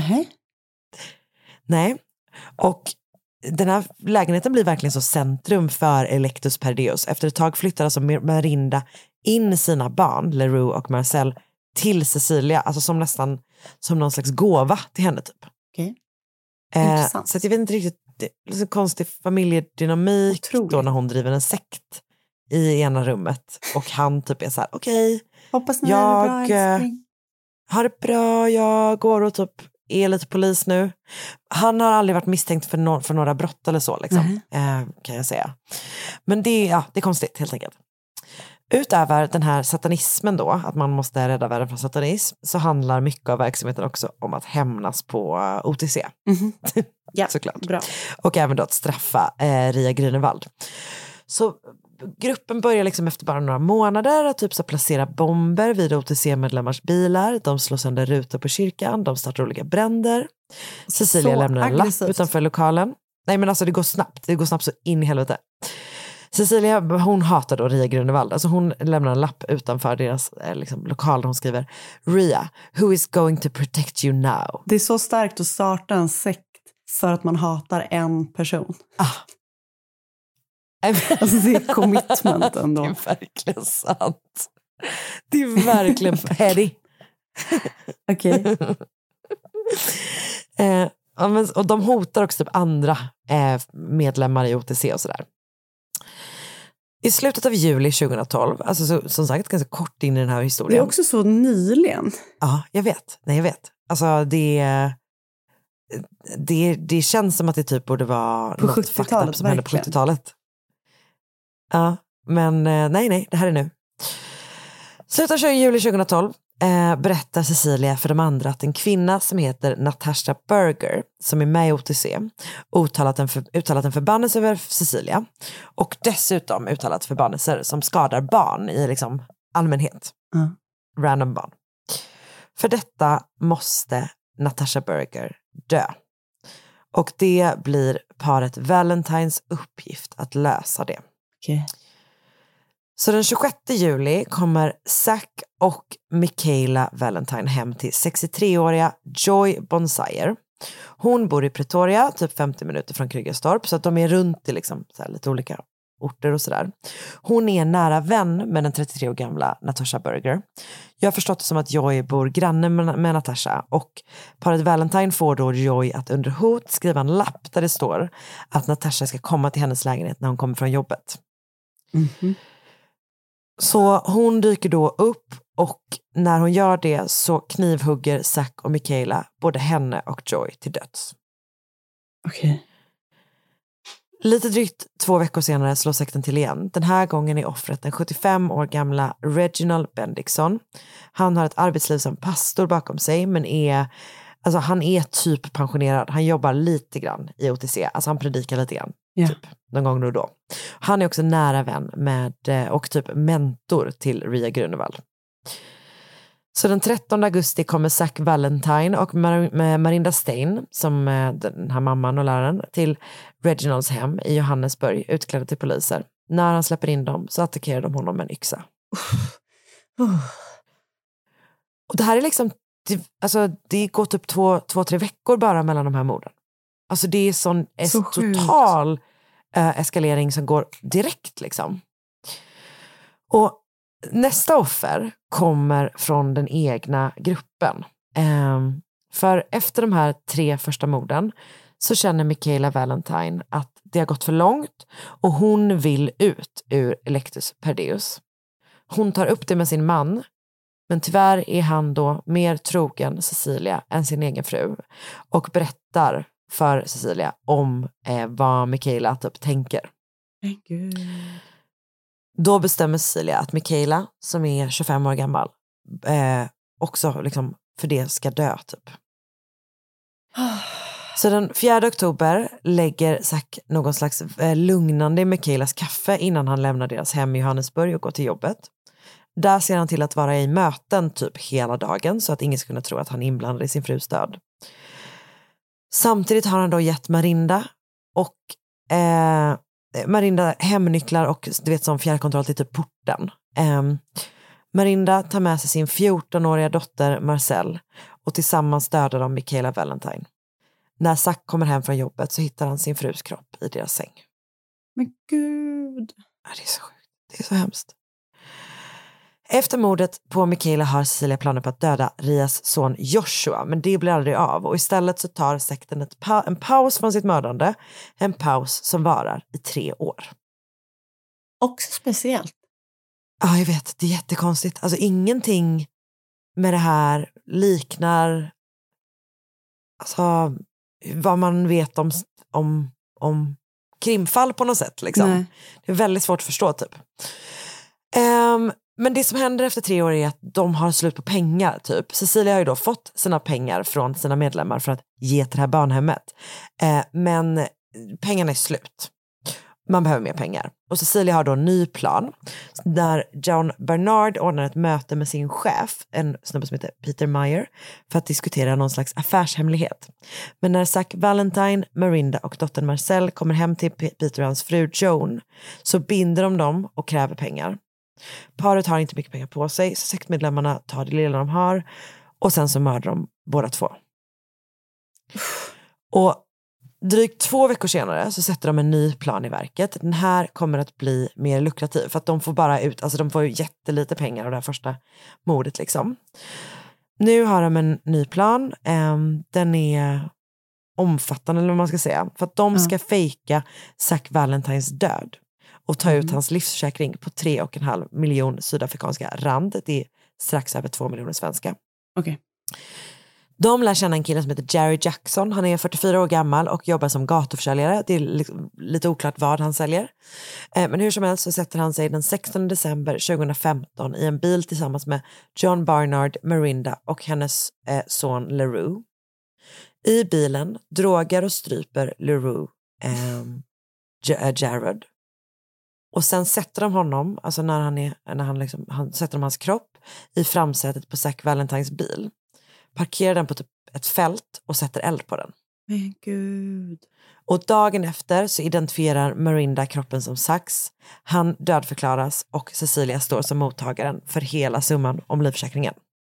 Nej. Och den här lägenheten blir verkligen så centrum för Electus Perdeus. Efter ett tag flyttar alltså Marinda in sina barn, Leroux och Marcel, till Cecilia. Alltså som nästan som någon slags gåva till henne typ. Intressant. Så att jag vet inte riktigt, det är så konstig familjedynamik då när hon driver en sekt i ena rummet. Och han typ är så här: okej, hoppas ni har det bra, har det bra, jag går och typ är lite polis nu. Han har aldrig varit misstänkt för några brott eller så liksom, kan jag säga. Men det är konstigt helt enkelt. Utöver den här satanismen då, att man måste rädda världen från satanism, så handlar mycket av verksamheten också om att hämnas på OTC. Ja, såklart. Bra. Och även då att straffa Ria Grünewald. Så gruppen börjar liksom efter bara några månader att typ så placera bomber vid OTC-medlemmars bilar. De slår sönder rutor på kyrkan. De startar olika bränder. Cecilia så lämnar en lapp utanför lokalen. Nej men alltså det går snabbt. Det går snabbt så in i helvete. Cecilia, hon hatar då Ria Grünewald. Alltså hon lämnar en lapp utanför deras liksom, lokal där hon skriver: Ria, who is going to protect you now? Det är så starkt att starta en sekt för att man hatar en person. Alltså det är commitment ändå. Det är verkligen sant. Det är verkligen petty. Okej. Och de hotar också typ andra medlemmar i OTC och sådär. I slutet av juli 2012, alltså som sagt ganska kort in i den här historien. Det är också så nyligen. Ja, jag vet. Alltså det känns som att det typ borde vara på något fakta som hände på 70-talet. Ja, men nej, det här är nu. Slutet av juli 2012 berättar Cecilia för de andra att en kvinna som heter Natasha Berger, som är med i OTC, uttalat en förbannelse över Cecilia och dessutom uttalat förbannelser som skadar barn i liksom allmänhet. Random barn. För detta måste Natasha Berger dö. Och det blir paret Valentines uppgift att lösa det. Okay. Så den 26 juli kommer Zack och Michaela Valentine hem till 63-åriga Joy Bonsayer. Hon bor i Pretoria, typ 50 minuter från Krugerstorp, så att de är runt i liksom, så här, lite olika orter och sådär. Hon är en nära vän med den 33 år gamla Natasha Berger. Jag har förstått det som att Joy bor granne med Natasha, och paret Valentine får då Joy att under hot skriva en lapp där det står att Natasha ska komma till hennes lägenhet när hon kommer från jobbet. Så hon dyker då upp, och när hon gör det så knivhugger Zack och Michaela både henne och Joy till döds. Okej. Lite drygt 2 veckor senare slår sekten till igen. Den här gången är offret den 75 år gamla Reginald Bendixson. Han har ett arbetsliv som pastor bakom sig, men han är typ pensionerad. Han jobbar lite grann i OTC. Alltså han predikar lite grann. Yeah. Typ, någon gång nu och då. Han är också nära vän med och typ mentor till Ria Grünewald. Så den 13 augusti kommer Zack Valentine och Marinda Stein, som den här mamman och läraren, till Reginalds hem i Johannesburg, utklädda till poliser. När han släpper in dem så attackerar de honom med en yxa. Och det här är liksom, det går typ 2-3 veckor bara mellan de här morden. Alltså det är så total eskalering som går direkt liksom. Och nästa offer kommer från den egna gruppen. För efter de här 3 första morden så känner Michaela Valentine att det har gått för långt och hon vill ut ur Electus Perdeus. Hon tar upp det med sin man, men tyvärr är han då mer trogen Cecilia än sin egen fru och berättar för Cecilia om vad Michaela typ tänker. Men gud. Då bestämmer Cecilia att Michaela, som är 25 år gammal, också liksom för det ska dö typ. Så den 4 oktober lägger Zack någon slags lugnande i Michaelas kaffe innan han lämnar deras hem i Johannesburg och går till jobbet. Där ser han till att vara i möten typ hela dagen så att ingen ska kunna tro att han är inblandad i sin frus död. Samtidigt har han då gett Marinda hemnycklar och du vet som fjärrkontroll till typ porten. Marinda tar med sig sin 14-åriga dotter Marcel och tillsammans dödar de Michaela Valentine. När Zack kommer hem från jobbet så hittar han sin frus kropp i deras säng. Men gud. Det är så sjukt. Det är så hemskt. Efter mordet på Michaela har Cecilia planer på att döda Rias son Joshua, men det blir aldrig av. Och istället så tar sekten en paus från sitt mördande. En paus som varar i 3 år. Också speciellt. Ja, jag vet. Det är jättekonstigt. Alltså ingenting med det här liknar alltså vad man vet om krimfall på något sätt liksom. Nej. Det är väldigt svårt att förstå typ. Men det som händer efter 3 år är att de har slut på pengar typ. Cecilia har ju då fått sina pengar från sina medlemmar för att ge till det här barnhemmet. Men pengarna är slut. Man behöver mer pengar. Och Cecilia har då en ny plan. Där John Bernard ordnar ett möte med sin chef, en snubbe som heter Peter Meyer, för att diskutera någon slags affärshemlighet. Men när Zack Valentine, Marinda och dottern Marcel kommer hem till Peter och hans fru Joan så binder de dem och kräver pengar. Paret har inte mycket pengar på sig så sektmedlemmarna tar det lilla de har och sen så mördar de båda två. Och drygt 2 veckor senare så sätter de en ny plan i verket. Den här kommer att bli mer lukrativ för att de får bara ut, alltså de får ju jättelite pengar av det här första mordet liksom. Nu har de en ny plan. Den är omfattande eller vad man ska säga. För att de ska fejka Zack Valentines död och ta ut hans livsförsäkring på 3,5 miljoner sydafrikanska rand. Det är strax över 2 miljoner svenska. Okej. De lär känna en kille som heter Jerry Jackson. Han är 44 år gammal och jobbar som gatuförsäljare. Det är liksom lite oklart vad han säljer. Men hur som helst så sätter han sig den 16 december 2015 i en bil tillsammans med John Barnard, Marinda och hennes son LaRue. I bilen drogar och stryper LaRue Jared. Och sen sätter de honom, alltså han sätter de hans kropp i framsätet på Zack Valentines bil. Parkerar den på typ ett fält och sätter eld på den. Men gud. Och dagen efter så identifierar Marinda kroppen som Zacks. Han dödförklaras och Cecilia står som mottagaren för hela summan om livförsäkringen.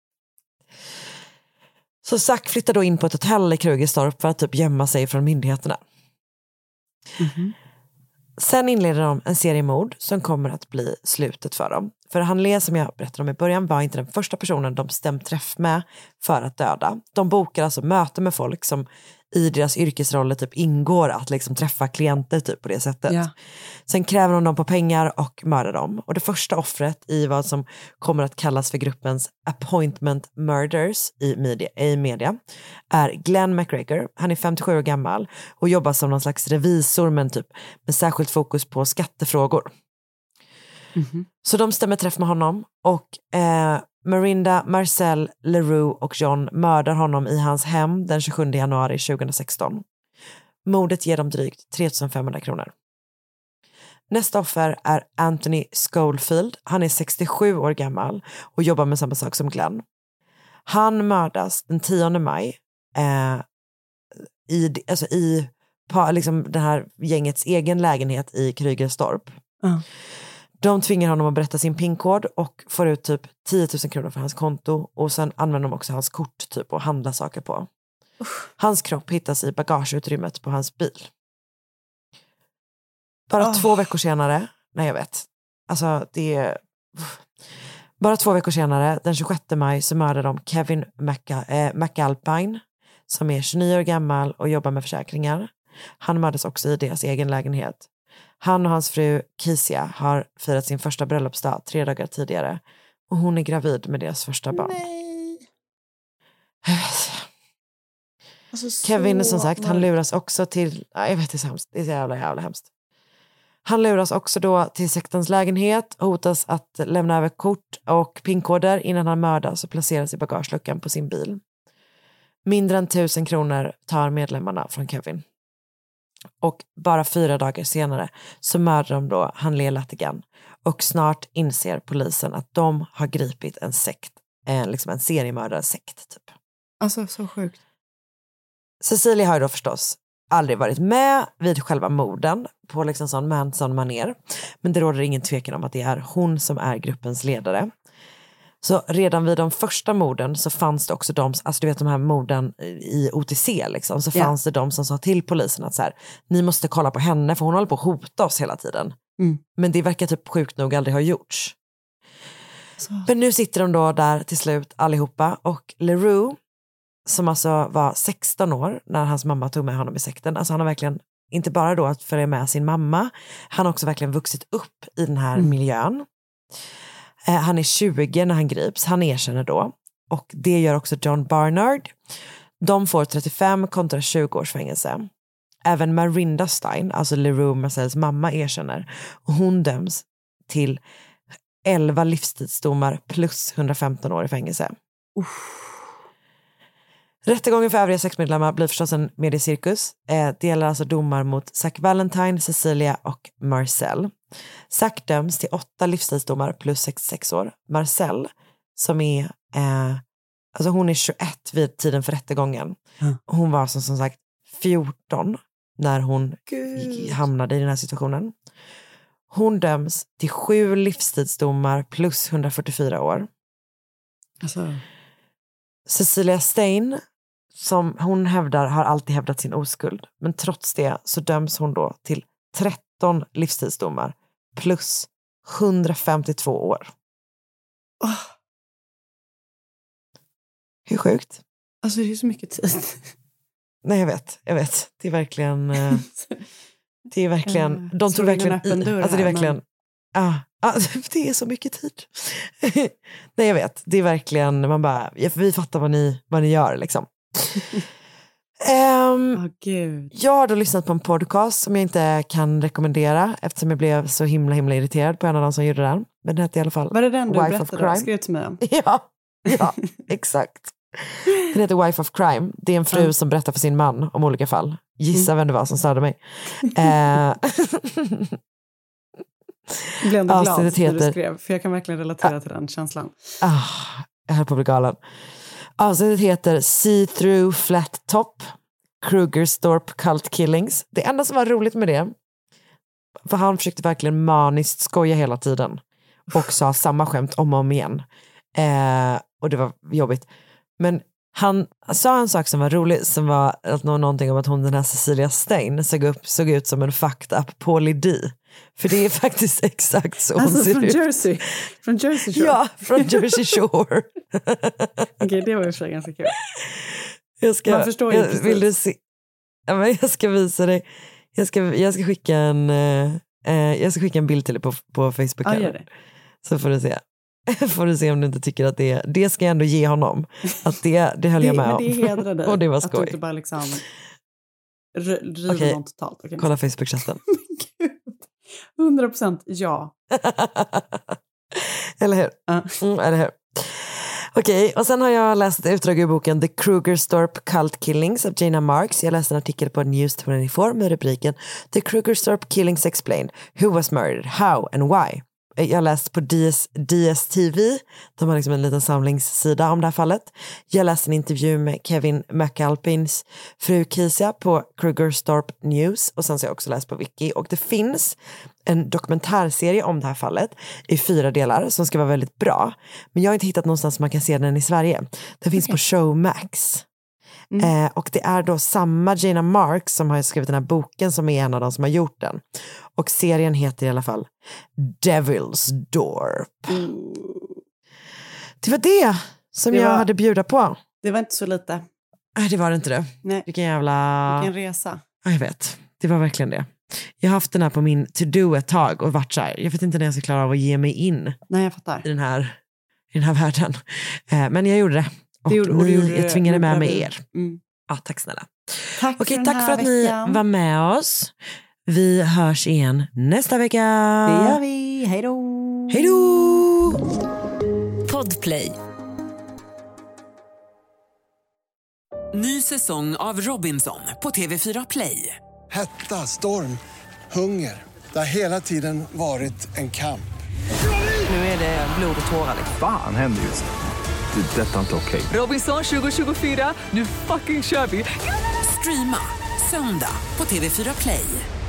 Så Zack flyttar då in på ett hotell i Krugerstorp för att typ gömma sig från myndigheterna. Mm-hmm. Sen inleder de en serie mord som kommer att bli slutet för dem. För Hanley, som jag berättade om i början, var inte den första personen de bestämt träff med för att döda. De bokar alltså möten med folk som i deras yrkesroller typ ingår att liksom träffa klienter typ på det sättet. Ja. Sen kräver de dem på pengar och mördar dem. Och det första offret i vad som kommer att kallas för gruppens appointment murders i media är Glenn McGregor. Han är 57 år gammal och jobbar som någon slags revisor men typ med särskilt fokus på skattefrågor. Mm-hmm. Så de stämmer träff med honom och Marinda, Marcel, LaRue och John mördar honom i hans hem den 27 januari 2016. Mordet ger dem drygt 3 500 kronor. Nästa offer är Anthony Schofield. Han är 67 år gammal och jobbar med samma sak som Glenn. Han mördas den 10 maj i liksom det här gängets egen lägenhet i Krugerstorp. De tvingar honom att berätta sin pinkod och får ut typ 10 000 kronor för hans konto. Och sen använder de också hans kort typ och handlar saker på. Hans kropp hittas i bagageutrymmet på hans bil. Bara 2 veckor senare, nej jag vet. Alltså det är... Bara 2 veckor senare, den 26 maj, så mördar de Kevin McAlpine som är 29 år gammal och jobbar med försäkringar. Han mördas också i deras egen lägenhet. Han och hans fru Kisia har firat sin första bröllopsdag 3 dagar tidigare. Och hon är gravid med deras första barn. Nej. Alltså, Kevin, som sagt, han luras också till... Jag vet, det är så hemskt. Det är så jävla hemskt. Han luras också då till sektens lägenhet, hotas att lämna över kort och pinkoder innan han mördas och placeras i bagageluckan på sin bil. Mindre än 1000 kronor tar medlemmarna från Kevin. Och bara 4 dagar senare så mördar de då Hanley Latigan. Och snart inser polisen att de har gripit en sekt, liksom en seriemördarsekt typ. Alltså så sjukt. Cecilia har ju då förstås aldrig varit med vid själva morden på liksom sån Manson-manér. Men det råder ingen tvekan om att det är hon som är gruppens ledare. Så redan vid de första morden så fanns det också alltså du vet de här morden i OTC liksom, så fanns det de som sa till polisen att så här, ni måste kolla på henne för hon håller på att hota oss hela tiden. Men det verkar typ sjukt nog aldrig ha gjorts. Men nu sitter de då där till slut allihopa och LaRue som alltså var 16 år när hans mamma tog med honom i sekten. Alltså han har verkligen inte bara då att följa med sin mamma, han har också verkligen vuxit upp i den här miljön. Han är 20 när han grips. Han erkänner då. Och det gör också John Barnard. De får 35 kontra 20 års fängelse. Även Marinda Stein, alltså LaRue Marcells mamma, erkänner. Och hon döms till 11 livstidsdomar plus 115 år i fängelse. Rättegången för övriga sexmedlemmar blir förstås en mediecirkus. Det gäller alltså domar mot Zach Valentine, Cecilia och Marcel. Zach döms till 8 livstidsdomar plus 66 år. Marcel, som är alltså hon är 21 vid tiden för rättegången. Hon var som sagt 14 när hon hamnade i den här situationen. Hon döms till 7 livstidsdomar plus 144 år. Alltså. Cecilia Stein, som hon hävdar har alltid hävdat sin oskuld. Men trots det så döms hon då till 13 livstidsdomar plus 152 år. Hur sjukt? Alltså det är så mycket tid. Nej, jag vet. Det är verkligen de tog verkligen alltså det är verkligen det är så mycket tid. Nej, jag vet. Det är verkligen man bara vi fattar vad ni gör liksom. Jag har då lyssnat på en podcast som jag inte kan rekommendera eftersom jag blev så himla irriterad på en av dem som gjorde den. Men det hette i alla fall var det den du Wife berättade och skrev till mig om? Ja, exakt. Den heter Wife of Crime. Det är en fru som berättar för sin man om olika fall. Gissa vem det var som störde mig. Jag blev ändå glad när du skrev. För jag kan verkligen relatera till den känslan. Jag höll på att bli galen. Avsnittet heter See-Through Flat Top Krugerstorp Cult Killings. Det enda som var roligt med det, för han försökte verkligen maniskt skoja hela tiden och sa samma skämt om och om igen. Och det var jobbigt. Men han sa en sak som var rolig, som var att någonting om att hon, den här Cecilia Stein, såg ut som en fucked up Pauly D. För det är faktiskt exakt så hon ser från ut. Jersey. Från Jersey Shore. Ja, från Jersey Shore. Okej, det var ju för ganska kul. Man förstår ju vill du se? Ja, men jag ska visa dig. Jag ska skicka en bild till dig på Facebook. Ja, gör det. Så får du se. Får du se om du inte tycker att det ska jag ändå ge honom. Att det höll jag med om. Men det hedrar dig. Och det var skoj. Att du inte bara liksom river någon totalt. Okay. Kolla Facebook-chatten. 100% ja. Eller hur? Eller hur? Okej, och sen har jag läst ett utdrag ur boken The Krugerstorp Cult Killings av Jana Marks. Jag läste en artikel på News 24 med rubriken The Krugerstorp Killings Explained. Who was murdered, how and why? Jag läste på DSTV. De har liksom en liten samlingssida om det här fallet. Jag läste en intervju med Kevin McAlpins fru Kisia på Krugerstorp News. Och sen så har jag också läst på Wiki. Och det finns en dokumentärserie om det här fallet i 4 delar som ska vara väldigt bra. Men jag har inte hittat någonstans man kan se den i Sverige. Den finns på Showmax. Och det är då samma Jana Marks som har skrivit den här boken som är en av de som har gjort den. Och serien heter i alla fall Devil's Dorp. Det var det som jag hade bjuda på. Det var inte så lite. Nej, det var det inte det. Nej. Vilken resa. Ja, jag vet. Det var verkligen det. Jag har haft den här på min to-do ett tag och varit så här. Jag vet inte när jag ska klara av att ge mig in. Nej, jag fattar. I den här världen. Men jag gjorde det. Och jag tvingade med mig er. Ja, tack snälla. Tack för att ni var med oss. Vi hörs igen nästa vecka. Det gör vi. Hej då. Hej då. Podplay. Ny säsong av Robinson på TV4 Play. Hetta, storm, hunger. Det har hela tiden varit en kamp. Nu är det blod och tårar. Fan händer just nu. Det. Detta är inte okej. Robinson 2024, nu fucking kör vi. Streama söndag på TV4 Play.